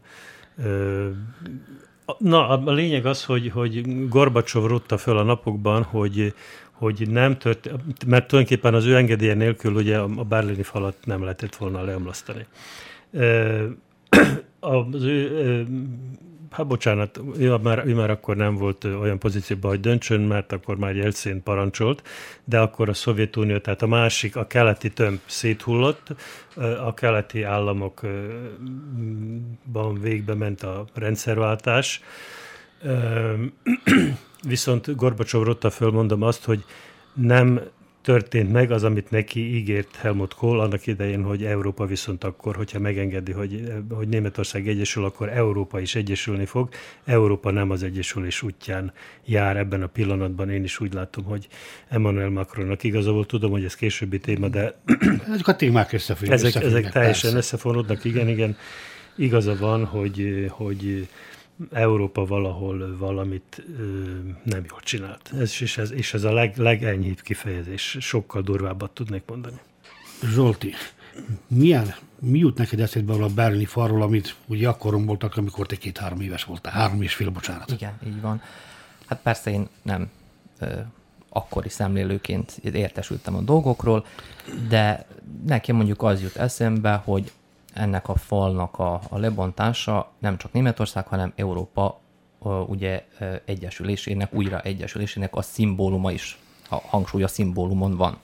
Na, a lényeg az, hogy, hogy Gorbacsov rúgta föl a napokban, hogy, hogy nem történt, mert tulajdonképpen az ő engedélye nélkül ugye a berlini falat nem lehetett volna leomlasztani. Az ő Hát bocsánat, ő már, ő már akkor nem volt olyan pozícióban, hogy döntsön, mert akkor már Jelcin parancsolt, de akkor a Szovjetunió, tehát a másik, a keleti tömb széthullott, a keleti államokban végbe ment a rendszerváltás, viszont Gorbacsov rotta föl, mondom azt, hogy nem történt meg az, amit neki ígért Helmut Kohl annak idején, hogy Európa viszont akkor, hogyha megengedi, hogy, hogy Németország egyesül, akkor Európa is egyesülni fog. Európa nem az egyesülés útján jár ebben a pillanatban. Én is úgy látom, hogy Emmanuel Macronnak igaza volt. Tudom, hogy ez későbbi téma, de ezek a témák összefüggnek. Ezek, ezek teljesen összefonódnak, igen, igen. Igaza van, hogy, hogy Európa valahol valamit ö, nem jól csinált. Ez, és, ez, és ez a leg, legenyhébb kifejezés. Sokkal durvábbat tudnék mondani. Zsolti, milyen, mi jut neked eszedbe a berlini falról, amit ugye akkor romboltak, amikor te két-három éves voltál? Három és fél, bocsánat. Igen, így van. Hát persze én nem ö, akkori szemlélőként értesültem a dolgokról, de nekem mondjuk az jut eszembe, hogy ennek a falnak a, a lebontása nem csak Németország, hanem Európa uh, ugye uh, egyesülésének, újra egyesülésének a szimbóluma is. A hangsúly a szimbólumon van.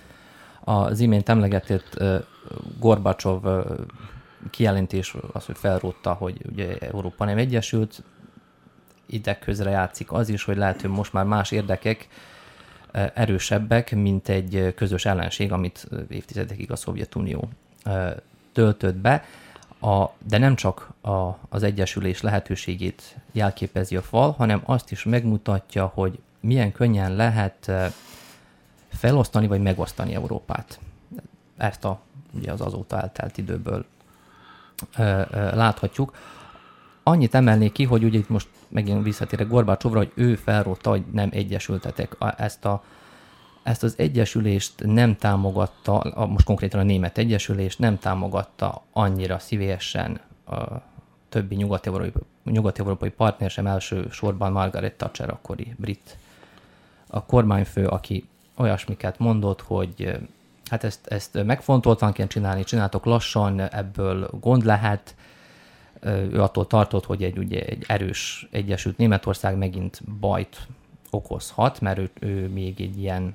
Az imént emlegetett uh, Gorbacsov uh, kijelentés az, hogy felrótta, hogy ugye Európa nem egyesült, ide közre játszik az is, hogy lehet, hogy most már más érdekek uh, erősebbek, mint egy közös ellenség, amit évtizedekig a Szovjetunió uh, töltött be, a, de nem csak a, az egyesülés lehetőségét jelképezi a fal, hanem azt is megmutatja, hogy milyen könnyen lehet felosztani vagy megosztani Európát. Ezt a, ugye az azóta eltelt időből ö, ö, láthatjuk. Annyit emelnék ki, hogy ugye itt most megint visszatérek Gorbacsovra, hogy ő felrótta, hogy nem egyesültetek. Ezt a Ezt az egyesülést nem támogatta, a, most konkrétan a német egyesülést nem támogatta annyira szívélyesen a többi nyugat-európai, nyugat-európai partner, sem első sorban Margaret Thatcher, akkori brit a kormányfő, aki olyasmiket mondott, hogy hát ezt, ezt megfontoltan kell csinálni, csináltok lassan, ebből gond lehet. Ő attól tartott, hogy egy, ugye, egy erős egyesült Németország megint bajt okozhat, mert ő, ő még egy ilyen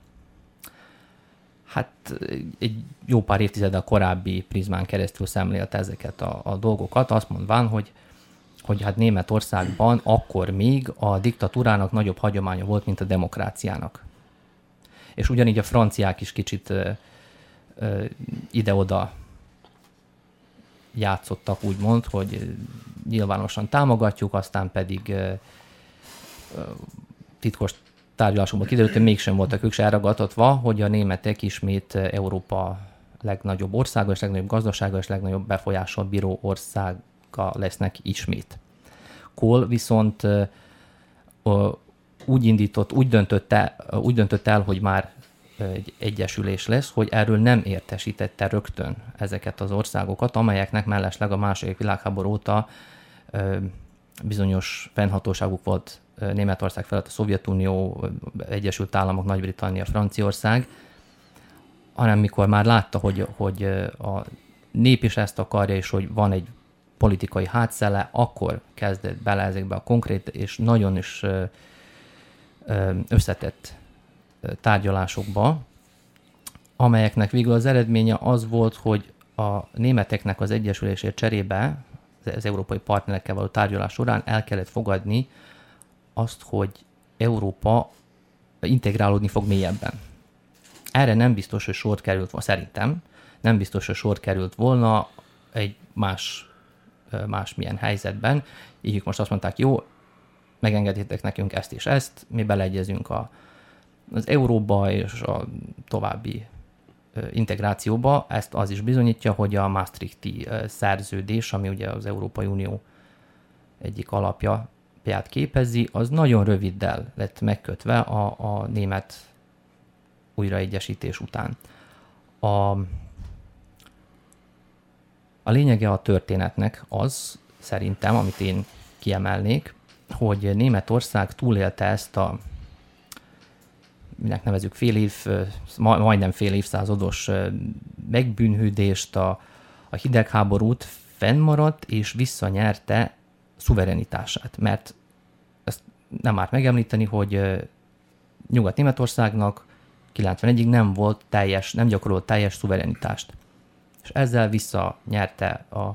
hát egy jó pár évtizeddel korábbi prizmán keresztül szemlélte ezeket a, a dolgokat, azt mondván, hogy, hogy hát Németországban akkor még a diktatúrának nagyobb hagyománya volt, mint a demokráciának. És ugyanígy a franciák is kicsit ö, ö, ide-oda játszottak, úgymond, hogy nyilvánosan támogatjuk, aztán pedig ö, ö, titkos tárgyalásokban kiderült, hogy mégsem voltak ők se elragadtatva, hogy a németek ismét Európa legnagyobb országa, és legnagyobb gazdasága, és legnagyobb befolyással bíró országa lesznek ismét. Kohl viszont úgy indított, úgy döntött el, úgy döntött el, hogy már egy egyesülés lesz, hogy erről nem értesítette rögtön ezeket az országokat, amelyeknek mellesleg a második világháború óta bizonyos fennhatóságuk volt Németország felett, a Szovjetunió, Egyesült Államok, Nagy-Britannia, Franciaország, hanem mikor már látta, hogy, hogy a nép is ezt akarja, és hogy van egy politikai hátszele, akkor kezdett bele ezekbe a konkrét és nagyon is összetett tárgyalásokba, amelyeknek végül az eredménye az volt, hogy a németeknek az egyesülésért cserébe, az európai partnerekkel való tárgyalás során el kellett fogadni azt, hogy Európa integrálódni fog mélyebben. Erre nem biztos, hogy sor került volna, szerintem, nem biztos, hogy sor került volna egy más, másmilyen helyzetben. Így most azt mondták, jó, megengedjétek nekünk ezt és ezt, mi beleegyezünk a, az euróba és a további integrációba. Ezt az is bizonyítja, hogy a Maastrichti szerződés, ami ugye az Európai Unió egyik alapja, képezi, az nagyon röviddel lett megkötve a, a német újraegyesítés után. A, a lényege a történetnek az, szerintem, amit én kiemelnék, hogy Németország túlélte ezt a, minek nevezzük, fél év, majdnem fél évszázados megbűnhődést, a, a hidegháborút, fennmaradt és visszanyerte szuverenitását, mert ezt nem árt megemlíteni, hogy Nyugat-Németországnak kilencvenegyig nem volt teljes, nem gyakorolt teljes szuverenitást. És ezzel visszanyerte a,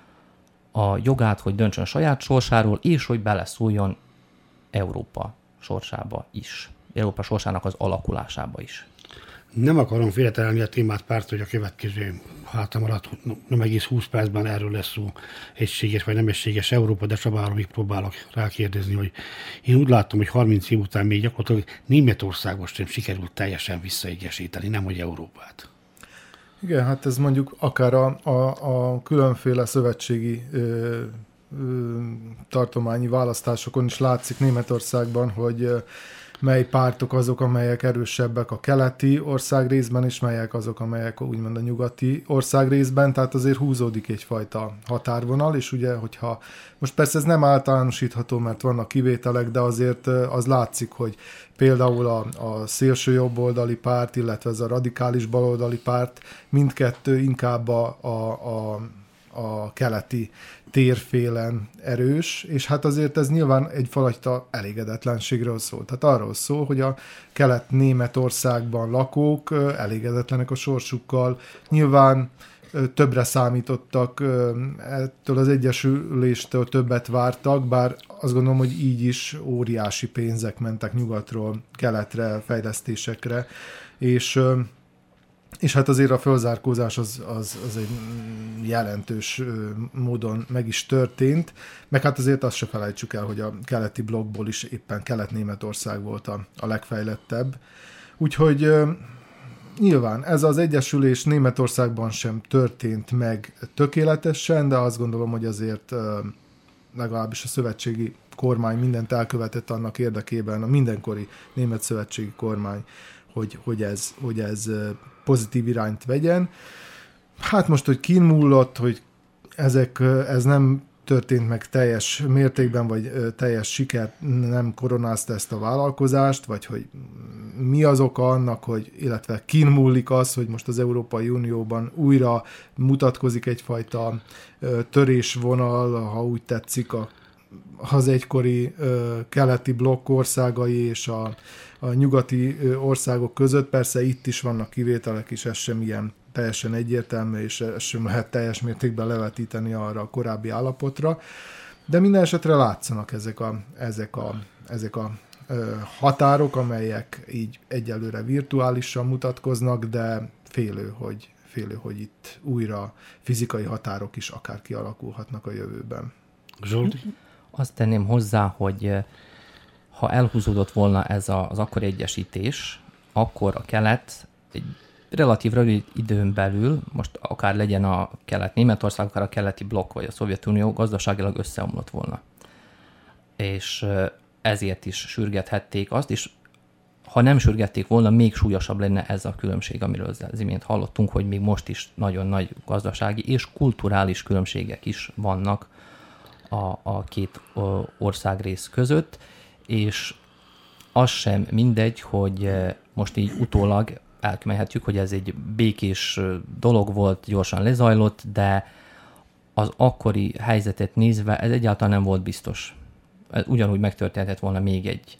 a jogát, hogy döntsön saját sorsáról, és hogy beleszóljon Európa sorsába is. Európa sorsának az alakulásába is. Nem akarom félreterelni a témát párt, hogy a következő hátam alatt nem egész húsz percben erről lesz szó, egységes vagy nem egységes Európa, de Csabára még próbálok rákérdezni, hogy én úgy látom, hogy harminc év után még gyakorlatilag Németországot sem sikerült teljesen visszaegyesíteni, nem hogy Európát. Igen, hát ez mondjuk akár a, a, a különféle szövetségi ö, ö, tartományi választásokon is látszik Németországban, hogy ö, mely pártok azok, amelyek erősebbek a keleti országrészben, és melyek azok, amelyek úgymond a nyugati országrészben, tehát azért húzódik egyfajta határvonal, és ugye, hogyha most persze ez nem általánosítható, mert vannak kivételek, de azért az látszik, hogy például a, a szélső jobboldali párt, illetve ez a radikális baloldali párt, mindkettő inkább a, a, a, a keleti térfélen erős, és hát azért ez nyilván egyfajta elégedetlenségről szól. Tehát arról szól, hogy a Kelet-Németországban lakók elégedetlenek a sorsukkal, nyilván többre számítottak, ettől az egyesüléstől többet vártak, bár azt gondolom, hogy így is óriási pénzek mentek nyugatról keletre, fejlesztésekre, és És hát azért a fölzárkózás az, az, az egy jelentős módon meg is történt, meg hát azért azt se felejtsük el, hogy a keleti blokkból is éppen Kelet-Németország volt a, a legfejlettebb. Úgyhogy nyilván ez az egyesülés Németországban sem történt meg tökéletesen, de azt gondolom, hogy azért legalábbis a szövetségi kormány mindent elkövetett annak érdekében, a mindenkori német szövetségi kormány, hogy, hogy, ez, hogy ez pozitív irányt vegyen. Hát most, hogy kínmullott, hogy ezek, ez nem történt meg teljes mértékben, vagy teljes sikert nem koronázta ezt a vállalkozást, vagy hogy mi az oka annak, hogy, illetve kínmúlik az, hogy most az Európai Unióban újra mutatkozik egyfajta törésvonal, ha úgy tetszik, a az egykori ö, keleti blokk országai és a, a nyugati ö, országok között. Persze itt is vannak kivételek, és ez sem ilyen teljesen egyértelmű, és ez sem lehet teljes mértékben levetíteni arra a korábbi állapotra. De minden esetre látszanak ezek a, ezek a, ezek a ö, határok, amelyek így egyelőre virtuálisan mutatkoznak, de félő, hogy, félő, hogy itt újra fizikai határok is akár kialakulhatnak a jövőben. Zsolti? Azt tenném hozzá, hogy ha elhúzódott volna ez az akkori egyesítés, akkor a kelet egy relatív rövid időn belül, most akár legyen a kelet-Németország, akár a keleti blokk vagy a Szovjetunió gazdaságilag összeomlott volna. És ezért is sürgethették azt, és ha nem sürgették volna, még súlyosabb lenne ez a különbség, amiről az imént hallottunk, hogy még most is nagyon nagy gazdasági és kulturális különbségek is vannak a, a két országrész között, és az sem mindegy, hogy most így utólag elkümelhetjük, hogy ez egy békés dolog volt, gyorsan lezajlott, de az akkori helyzetet nézve ez egyáltalán nem volt biztos. Ez ugyanúgy megtörténhetett volna még egy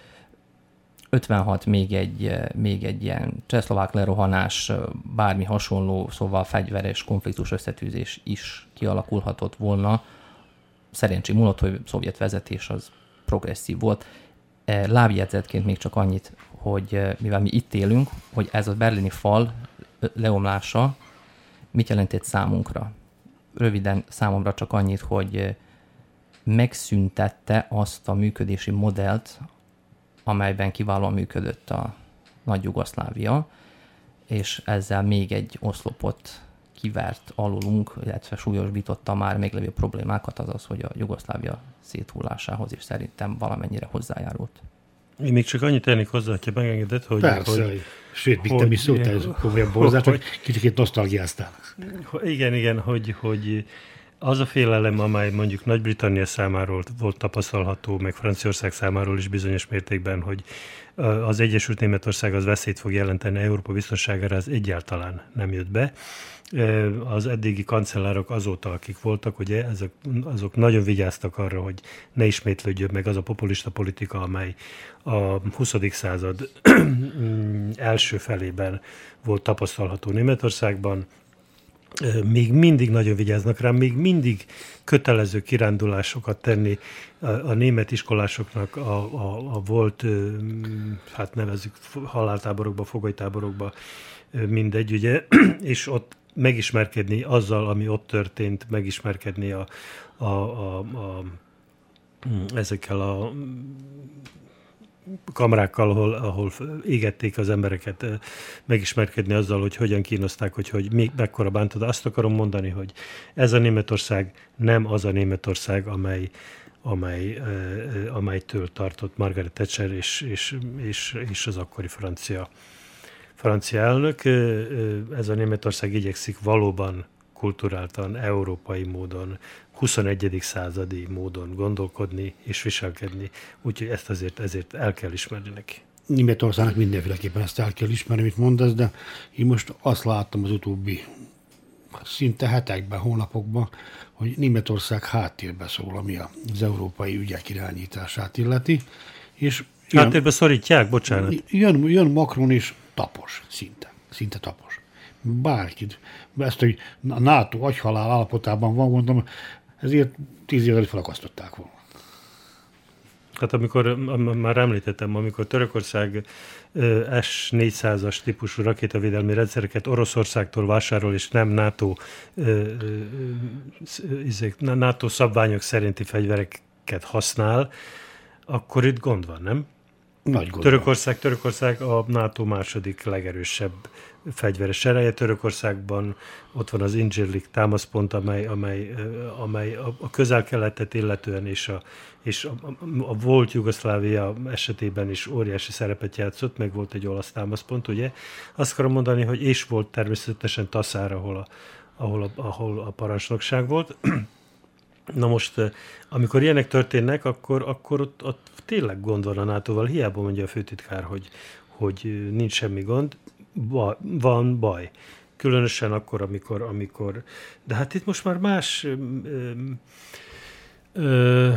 ötvenhat, még egy, még egy ilyen csehszlovák lerohanás, bármi hasonló, szóval fegyveres konfliktus összetűzés is kialakulhatott volna. Szerencsé múlott, hogy a szovjet vezetés az progresszív volt. Lábjegyzetként még csak annyit, hogy mivel mi itt élünk, hogy ez a berlini fal leomlása mit jelentett számunkra? Röviden számomra csak annyit, hogy megszüntette azt a működési modellt, amelyben kiválóan működött a nagy Jugoszlávia, és ezzel még egy oszlopot kivert alulunk, illetve súlyosbította már meglévő problémákat, azaz, hogy a Jugoszlávia széthullásához is szerintem valamennyire hozzájárult. Én még csak annyit tennék hozzá, hogyha megengedett, hogy... Persze, hogy, sőt, még te is szóltál, ez komolyabb borzás, hogy kicsit nosztalgiáztál. Igen, igen, hogy, hogy Az a félelem, amely mondjuk Nagy-Britannia számáról volt tapasztalható, meg Franciaország számáról is bizonyos mértékben, hogy az Egyesült Németország az veszélyt fog jelenteni Európa biztonságára, az egyáltalán nem jött be. Az eddigi kancellárok azóta, akik voltak, ugye, ezek, azok nagyon vigyáztak arra, hogy ne ismétlődjön meg az a populista politika, amely a huszadik század első felében volt tapasztalható Németországban. Még mindig nagyon vigyáznak rá, még mindig kötelező kirándulásokat tenni a, a német iskolásoknak a, a, a volt, hát nevezzük haláltáborokba, fogolytáborokba, mindegy, ugye, és ott megismerkedni azzal, ami ott történt, megismerkedni a, a, a, a, ezekkel a kamrákkal, ahol, ahol égették az embereket, megismerkedni azzal, hogy hogyan kínozták, hogy, hogy még mekkora bántod. Azt akarom mondani, hogy ez a Németország nem az a Németország, amely, amely, amelytől tartott Margaret Thatcher és, és, és, és az akkori francia, francia elnök. Ez a Németország igyekszik valóban kulturáltan, európai módon, huszonegyedik századi módon gondolkodni és viselkedni, úgyhogy ezt azért ezért el kell ismerni neki. Németországnak mindenféleképpen ezt el kell ismerni, amit mondasz, de én most azt láttam az utóbbi szinte hetekben, hónapokban, hogy Németország háttérbe szól, ami az európai ügyek irányítását illeti. És jön, háttérbe szorítják, bocsánat. Jön, jön Macron és tapos, szinte, szinte tapos. Bárkit. Ezt, hogy a NATO agyhalál állapotában van, mondom, ezért tíz évvel felakasztották volna. Hát amikor, már említettem, amikor Törökország es négyszázas típusú rakétavédelmi rendszereket Oroszországtól vásárol, és nem NATO, NATO szabványok szerinti fegyvereket használ, akkor itt gond van, nem? Nagy gond Törökország, van. Törökország a NATO második legerősebb fegyveres ereje. Törökországban ott van az Incirlik támaszpont, amely, amely, amely a közel-keletet illetően és, a, és a, a, a volt Jugoszlávia esetében is óriási szerepet játszott, meg volt egy olasz támaszpont, ugye. Azt akarom mondani, hogy és volt természetesen Taszár, ahol a, ahol a, ahol a parancsnokság volt. Na most, amikor ilyenek történnek, akkor, akkor ott, ott tényleg gond van a nátóval. Hiába mondja a főtitkár, hogy, hogy nincs semmi gond. Ba, van baj. Különösen akkor, amikor, amikor... De hát itt most már más ö, ö,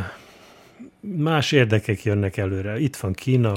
más érdekek jönnek előre. Itt van Kína,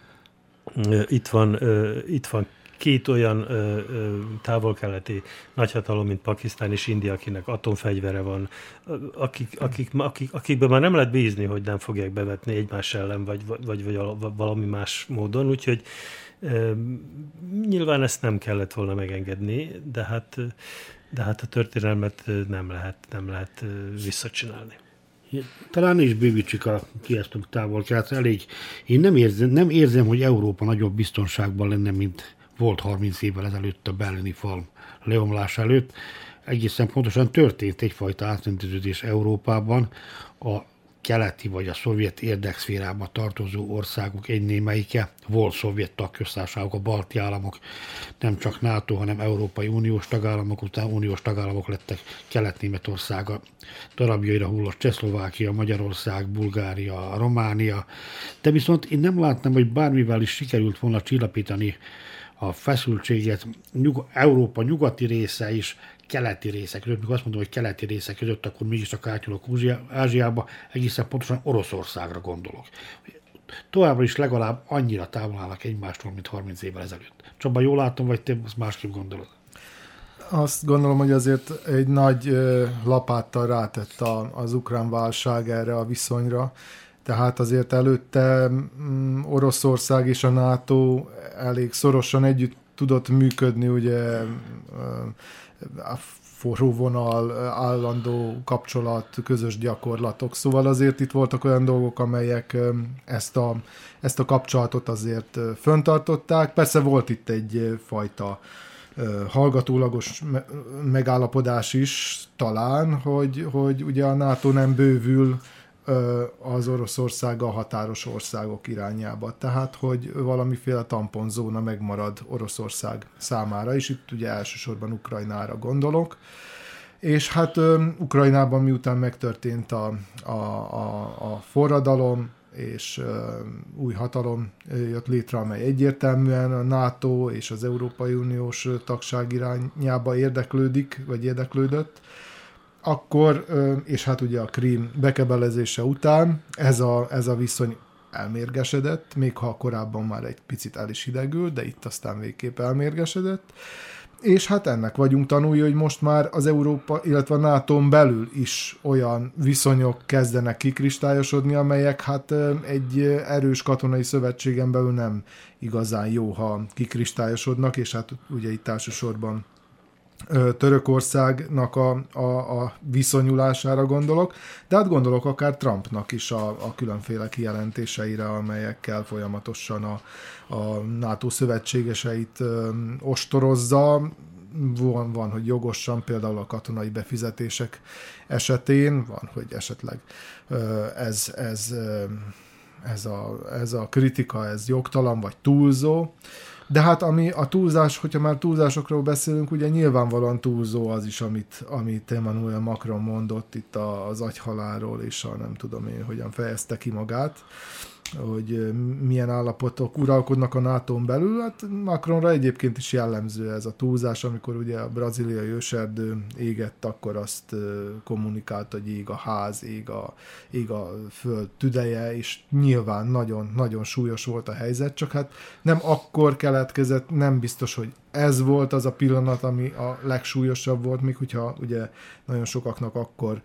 ö, itt van, ö, itt van két olyan ö, ö, távol-keleti nagyhatalom, mint Pakisztán és India, akinek atomfegyvere van, akik, akik, akik, akikben már nem lehet bízni, hogy nem fogják bevetni egymás ellen, vagy, vagy, vagy valami más módon, úgyhogy ö, nyilván ezt nem kellett volna megengedni, de hát, de hát a történelmet nem lehet, nem lehet visszacsinálni. Talán is bővítsük a kiesztünk távol-keletre. Elég. Én nem érzem, nem érzem, hogy Európa nagyobb biztonságban lenne, mint volt harminc évvel ezelőtt a berlini fal leomlás előtt. Egészen pontosan történt egyfajta átrendeződés Európában. A keleti vagy a szovjet érdekszférába tartozó országok egy némelyike, volt szovjet tagköztársaságok, a balti államok, nem csak NATO, hanem Európai Uniós tagállamok, után uniós tagállamok lettek, Kelet-Németország, darabjaira hullott Csehszlovákia, Magyarország, Bulgária, Románia, de viszont én nem látnám, hogy bármivel is sikerült volna csillapítani a feszültséget nyug- Európa nyugati része is keleti részek között, mikor azt mondom, hogy keleti részek között, akkor mégiscsak átnyúlok Ázsiába, egészen pontosan Oroszországra gondolok. Továbbra is legalább annyira távol állnak egymástól, mint harminc évvel ezelőtt. Csaba, jól látom, vagy te azt másképp gondolod? Azt gondolom, hogy azért egy nagy ö, lapáttal rátett a, az ukrán válság erre a viszonyra. Tehát azért előtte mm, Oroszország és a NATO elég szorosan együtt tudott működni, ugye ö, a forró vonal, állandó kapcsolat, közös gyakorlatok. Szóval azért itt voltak olyan dolgok, amelyek ezt a, ezt a kapcsolatot azért föntartották. Persze volt itt egy fajta hallgatólagos megállapodás is talán, hogy, hogy ugye a NATO nem bővül az Oroszországgal határos országok irányába. Tehát, hogy valamiféle tamponzóna megmarad Oroszország számára is. Itt ugye elsősorban Ukrajnára gondolok. És hát Ukrajnában miután megtörtént a, a, a, a forradalom, és új hatalom jött létre, amely egyértelműen a NATO és az Európai Uniós tagság irányába érdeklődik, vagy érdeklődött, akkor, és hát ugye a Krím bekebelezése után ez a, ez a viszony elmérgesedett, még ha korábban már egy picit el is hidegült, de itt aztán végképp elmérgesedett. És hát ennek vagyunk tanulni, hogy most már az Európa, illetve a nátón belül is olyan viszonyok kezdenek kikristályosodni, amelyek hát egy erős katonai szövetségen belül nem igazán jó, ha kikristályosodnak, és hát ugye itt elsősorban Törökországnak a, a, a viszonyulására gondolok, de hát gondolok akár Trumpnak is a, a különféle kijelentéseire, amelyekkel folyamatosan a, a NATO szövetségeseit ö, ostorozza. Van, van, hogy jogosan, például a katonai befizetések esetén, van, hogy esetleg ö, ez, ez, ö, ez, a, ez a kritika, ez jogtalan vagy túlzó. De hát ami a túlzás, hogyha már túlzásokról beszélünk, ugye nyilvánvalóan túlzó az is, amit, amit Emmanuel Macron mondott itt az agyhalálról, és a nem tudom én, hogyan fejezte ki magát, hogy milyen állapotok uralkodnak a nátón belül. Hát Macronra egyébként is jellemző ez a túlzás, amikor ugye a braziliai őserdő égett, akkor azt kommunikált, hogy ég a ház, ég a, ég a föld tüdeje, és nyilván nagyon-nagyon súlyos volt a helyzet, csak hát nem akkor keletkezett, nem biztos, hogy ez volt az a pillanat, ami a legsúlyosabb volt, még hogyha ugye nagyon sokaknak akkor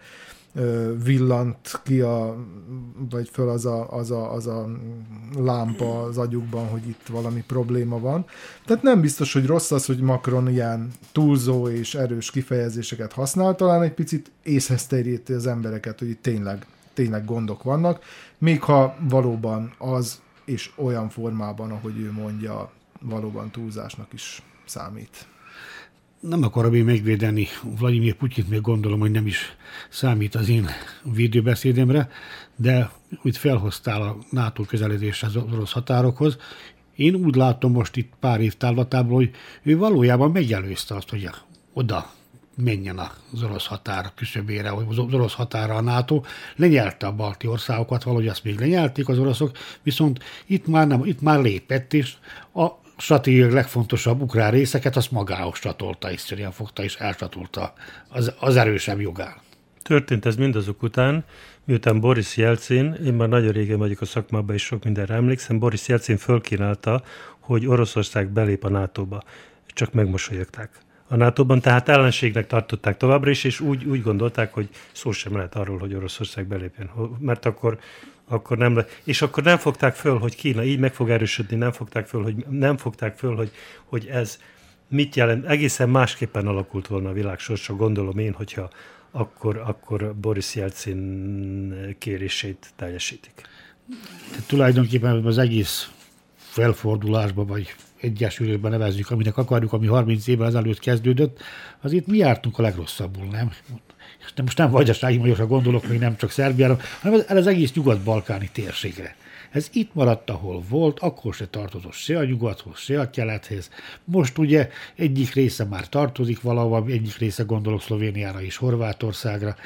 villant ki a, vagy föl az a, az, a, az a lámpa az agyukban, hogy itt valami probléma van. Tehát nem biztos, hogy rossz az, hogy Macron ilyen túlzó és erős kifejezéseket használ, talán egy picit észhez teríti az embereket, hogy itt tényleg, tényleg gondok vannak, még ha valóban az és olyan formában, ahogy ő mondja, valóban túlzásnak is számít. Nem akarom én megvédeni Vladimir Putyint, még gondolom, hogy nem is számít az én védőbeszédemre, de úgy felhoztál a NATO közeledésre az orosz határokhoz. Én úgy látom most itt pár év távlatából, hogy ő valójában megelőzte azt, hogy oda menjen az orosz határ küszöbére, vagy az orosz határa a NATO, lenyelte a balti országokat, valahogy azt még lenyelték az oroszok, viszont itt már, nem, itt már lépett, és a stratégiai legfontosabb ukrán részeket azt magához csatolta, egyszerűen fogta és elcsatolta az, az erősebb jogán. Történt ez mindazok után, miután Boris Jelcin, én már nagyon régen vagyok a szakmában, és sok mindenre emlékszem, Boris Jelcin fölkínálta, hogy Oroszország belép a nátóba. Csak megmosolyogták a nátóban, tehát ellenségnek tartották továbbra is, és úgy, úgy gondolták, hogy szó sem lehet arról, hogy Oroszország belépjen, mert akkor akkor nem le... És akkor nem fogták föl, hogy Kína így meg fog erősödni, nem fogták föl, hogy, nem fogták föl, hogy, hogy ez mit jelent. Egészen másképpen alakult volna a világ sorsa, gondolom én, hogyha akkor, akkor Boris Jelcin kérését teljesítik. De tulajdonképpen az egész felfordulásban, vagy egyesülésben nevezzük, aminek akarjuk, ami harminc évvel ezelőtt kezdődött, az itt mi jártunk a legrosszabbul, nem? De most nem vajdasági magyarokra gondolok, még nem csak Szerbiára, hanem ez az egész nyugat-balkáni térségre. Ez itt maradt, ahol volt, akkor se tartozott se a nyugathoz, se a kelethez. Most ugye egyik része már tartozik valahol, egyik része gondolok Szlovéniára és Horvátországra,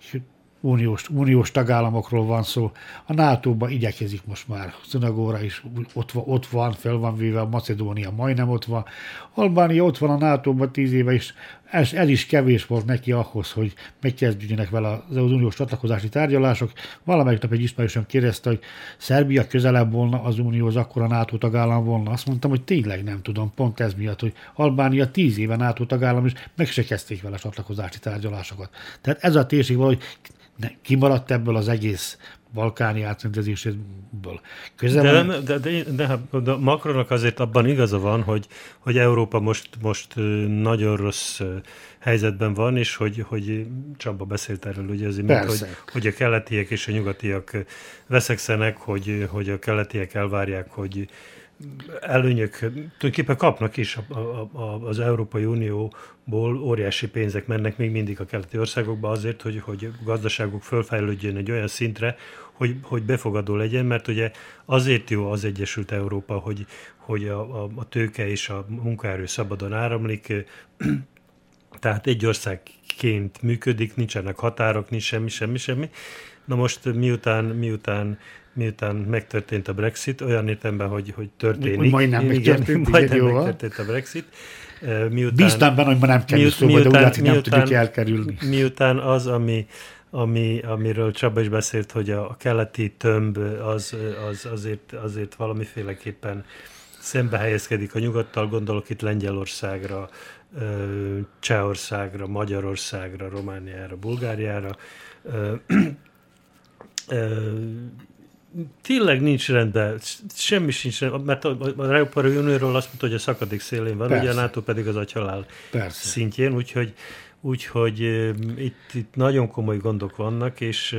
uniós, uniós tagállamokról van szó. A nátóban igyekezik most már Szönagóra is, ott van, ott van, fel van véve, a Macedónia majdnem ott van. Albánia ott van a nátóban tíz éve is, ez, ez is kevés volt neki ahhoz, hogy megkezdődjenek vele az uniós csatlakozási tárgyalások. Valamelyik nap egy ismerősöm kérdezte, hogy Szerbia közelebb volna az unióhoz, akkor a NATO tagállam volna. Azt mondtam, hogy tényleg nem tudom, pont ez miatt, hogy Albánia tíz éve NATO tagállam, és meg se kezdték vele csatlakozási tárgyalásokat. Tehát ez a térség valahogy kimaradt ebből az egész balkáni átrendezéséből. De, de, de, de, de, de Macronnak azért abban igaza van, hogy, hogy Európa most, most nagyon rossz helyzetben van, és hogy, hogy Csaba beszélt erről, ugye azért, mint, hogy, hogy a keletiek és a nyugatiak veszekszenek, hogy, hogy a keletiek elvárják, hogy előnyök tulajdonképpen kapnak is a, a, a, az Európai Unióból óriási pénzek mennek még mindig a keleti országokba azért, hogy, hogy gazdaságuk fölfejlődjön egy olyan szintre, hogy, hogy befogadó legyen, mert ugye azért jó az Egyesült Európa, hogy, hogy a, a, a tőke és a munkaerő szabadon áramlik, tehát egy ország államként működik, nincsenek határok, nincs semmi, semmi, semmi. Na most miután, miután, miután megtörtént a Brexit, olyan értelemben, hogy, hogy történik. Majdnem megtörtént, majdnem megtörtént a Brexit. Miután, Bíztam benne, hogy ma nem kerül szóba, de úgy látszik, nem tudjuk elkerülni. Miután az, ami, ami, amiről Csaba is beszélt, hogy a, a keleti tömb az, az azért, azért valamiféleképpen szembe helyezkedik a nyugattal, gondolok itt Lengyelországra, Csehországra, Magyarországra, Romániára, Bulgáriára. Tényleg nincs rendben, semmi sincs rendben, mert az Európai Unióról azt mondta, hogy a szakadék szélén van, ugye a NATO pedig az agyhalál szintjén, úgyhogy, úgyhogy itt, itt nagyon komoly gondok vannak, és,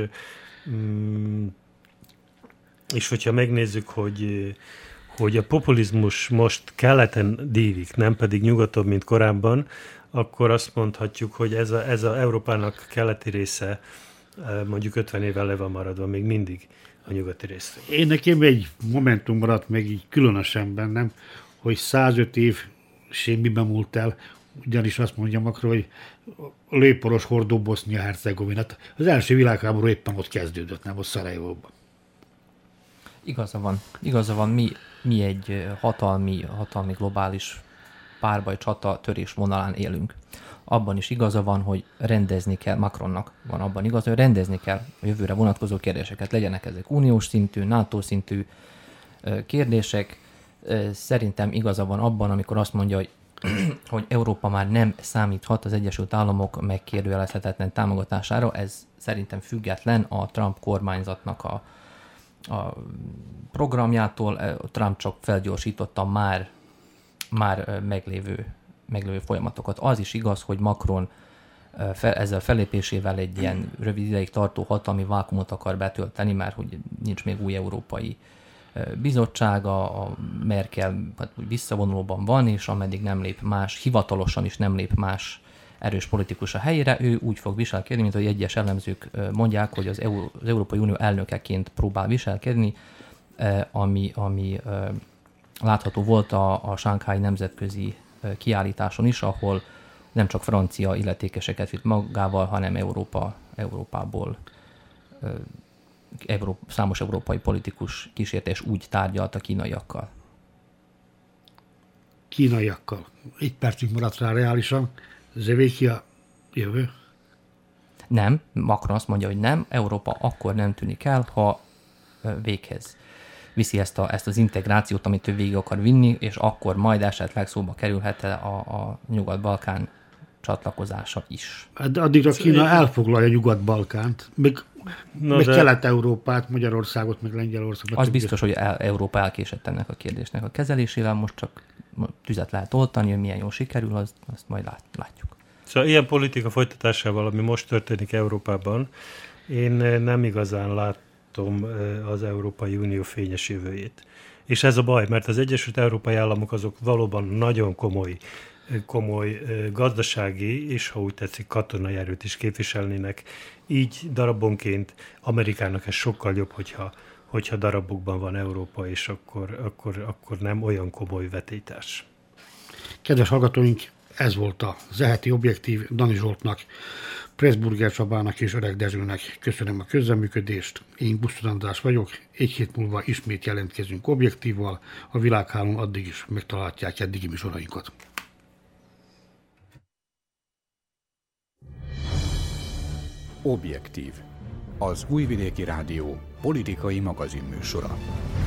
és hogyha megnézzük, hogy hogy a populizmus most keleten dívik, nem pedig nyugaton, mint korábban, akkor azt mondhatjuk, hogy ez a, ez a Európának keleti része mondjuk ötven évvel le van maradva még mindig a nyugati részre. Én nekem egy momentum maradt meg így különösen bennem, hogy százöt év semmiben múlt el, ugyanis azt mondja Macron, hogy a lőporos hordó Bosznia-Hercegovinát. Az első világháború éppen ott kezdődött, nem ott Szarajevóban. Igaza van. Igaza van, mi, mi egy hatalmi, hatalmi globális párbaj csata törés vonalán élünk. Abban is igaza van, hogy rendezni kell, Macronnak van abban igaza, hogy rendezni kell a jövőre vonatkozó kérdéseket. Legyenek ezek uniós szintű, NATO szintű kérdések. Szerintem igaza van abban, amikor azt mondja, hogy, hogy Európa már nem számíthat az Egyesült Államok megkérdőjelezhetetlen támogatására. Ez szerintem független a Trump kormányzatnak a a programjától. Trump csak felgyorsította már, már meglévő, meglévő folyamatokat. Az is igaz, hogy Macron fel, ezzel felépésével egy ilyen rövid ideig tartó hatalmi vákumot akar betölteni, mert hogy nincs még új európai bizottsága, a Merkel hát visszavonulóban van, és ameddig nem lép más, hivatalosan is nem lép más erős politikus a helyére, ő úgy fog viselkedni, mint hogy egyes elemzők mondják, hogy az, Euró- az Európai Unió elnökeként próbál viselkedni, ami, ami látható volt a, a Shanghai nemzetközi kiállításon is, ahol nem csak francia illetékeseket vitt magával, hanem Európa, Európából Európa, számos európai politikus kísérte, és úgy tárgyalt a kínaiakkal. Kínaiakkal. Egy percig maradt rá reálisan. Zevékia jövő? Nem, Macron azt mondja, hogy nem, Európa akkor nem tűnik el, ha véghez viszi ezt, a, ezt az integrációt, amit ő végig akar vinni, és akkor majd esetleg szóba kerülhet a, a Nyugat-Balkán csatlakozása is. De addigra Kína elfoglalja Nyugat-Balkánt, még, még de... Kelet-Európát, Magyarországot, meg Lengyelországot. Az biztos, hogy el, Európa elkésett ennek a kérdésnek a kezelésével, most csak tüzet lehet oltani, hogy milyen jól sikerül, azt, azt majd lát, látjuk. Szóval ilyen politika folytatásával, ami most történik Európában, én nem igazán látom az Európai Unió fényes jövőjét. És ez a baj, mert az Egyesült Európai Államok azok valóban nagyon komoly, komoly gazdasági és, ha úgy tetszik, katonai erőt is képviselnének. Így darabonként Amerikának ez sokkal jobb, hogyha, hogyha darabokban van Európa, és akkor, akkor, akkor nem olyan komoly vetélytárs. Kedves hallgatóink, ez volt az eheti objektív. Dani Zsoltnak, Pressburger Csabának és Öreg Dezsőnek köszönöm a közreműködést. Én Busztor András vagyok, egy hét múlva ismét jelentkezünk objektívval, a világhálón addig is megtalálhatják eddigi műsorainkat. Objektív. Az Újvidéki Rádió politikai magazinműsora.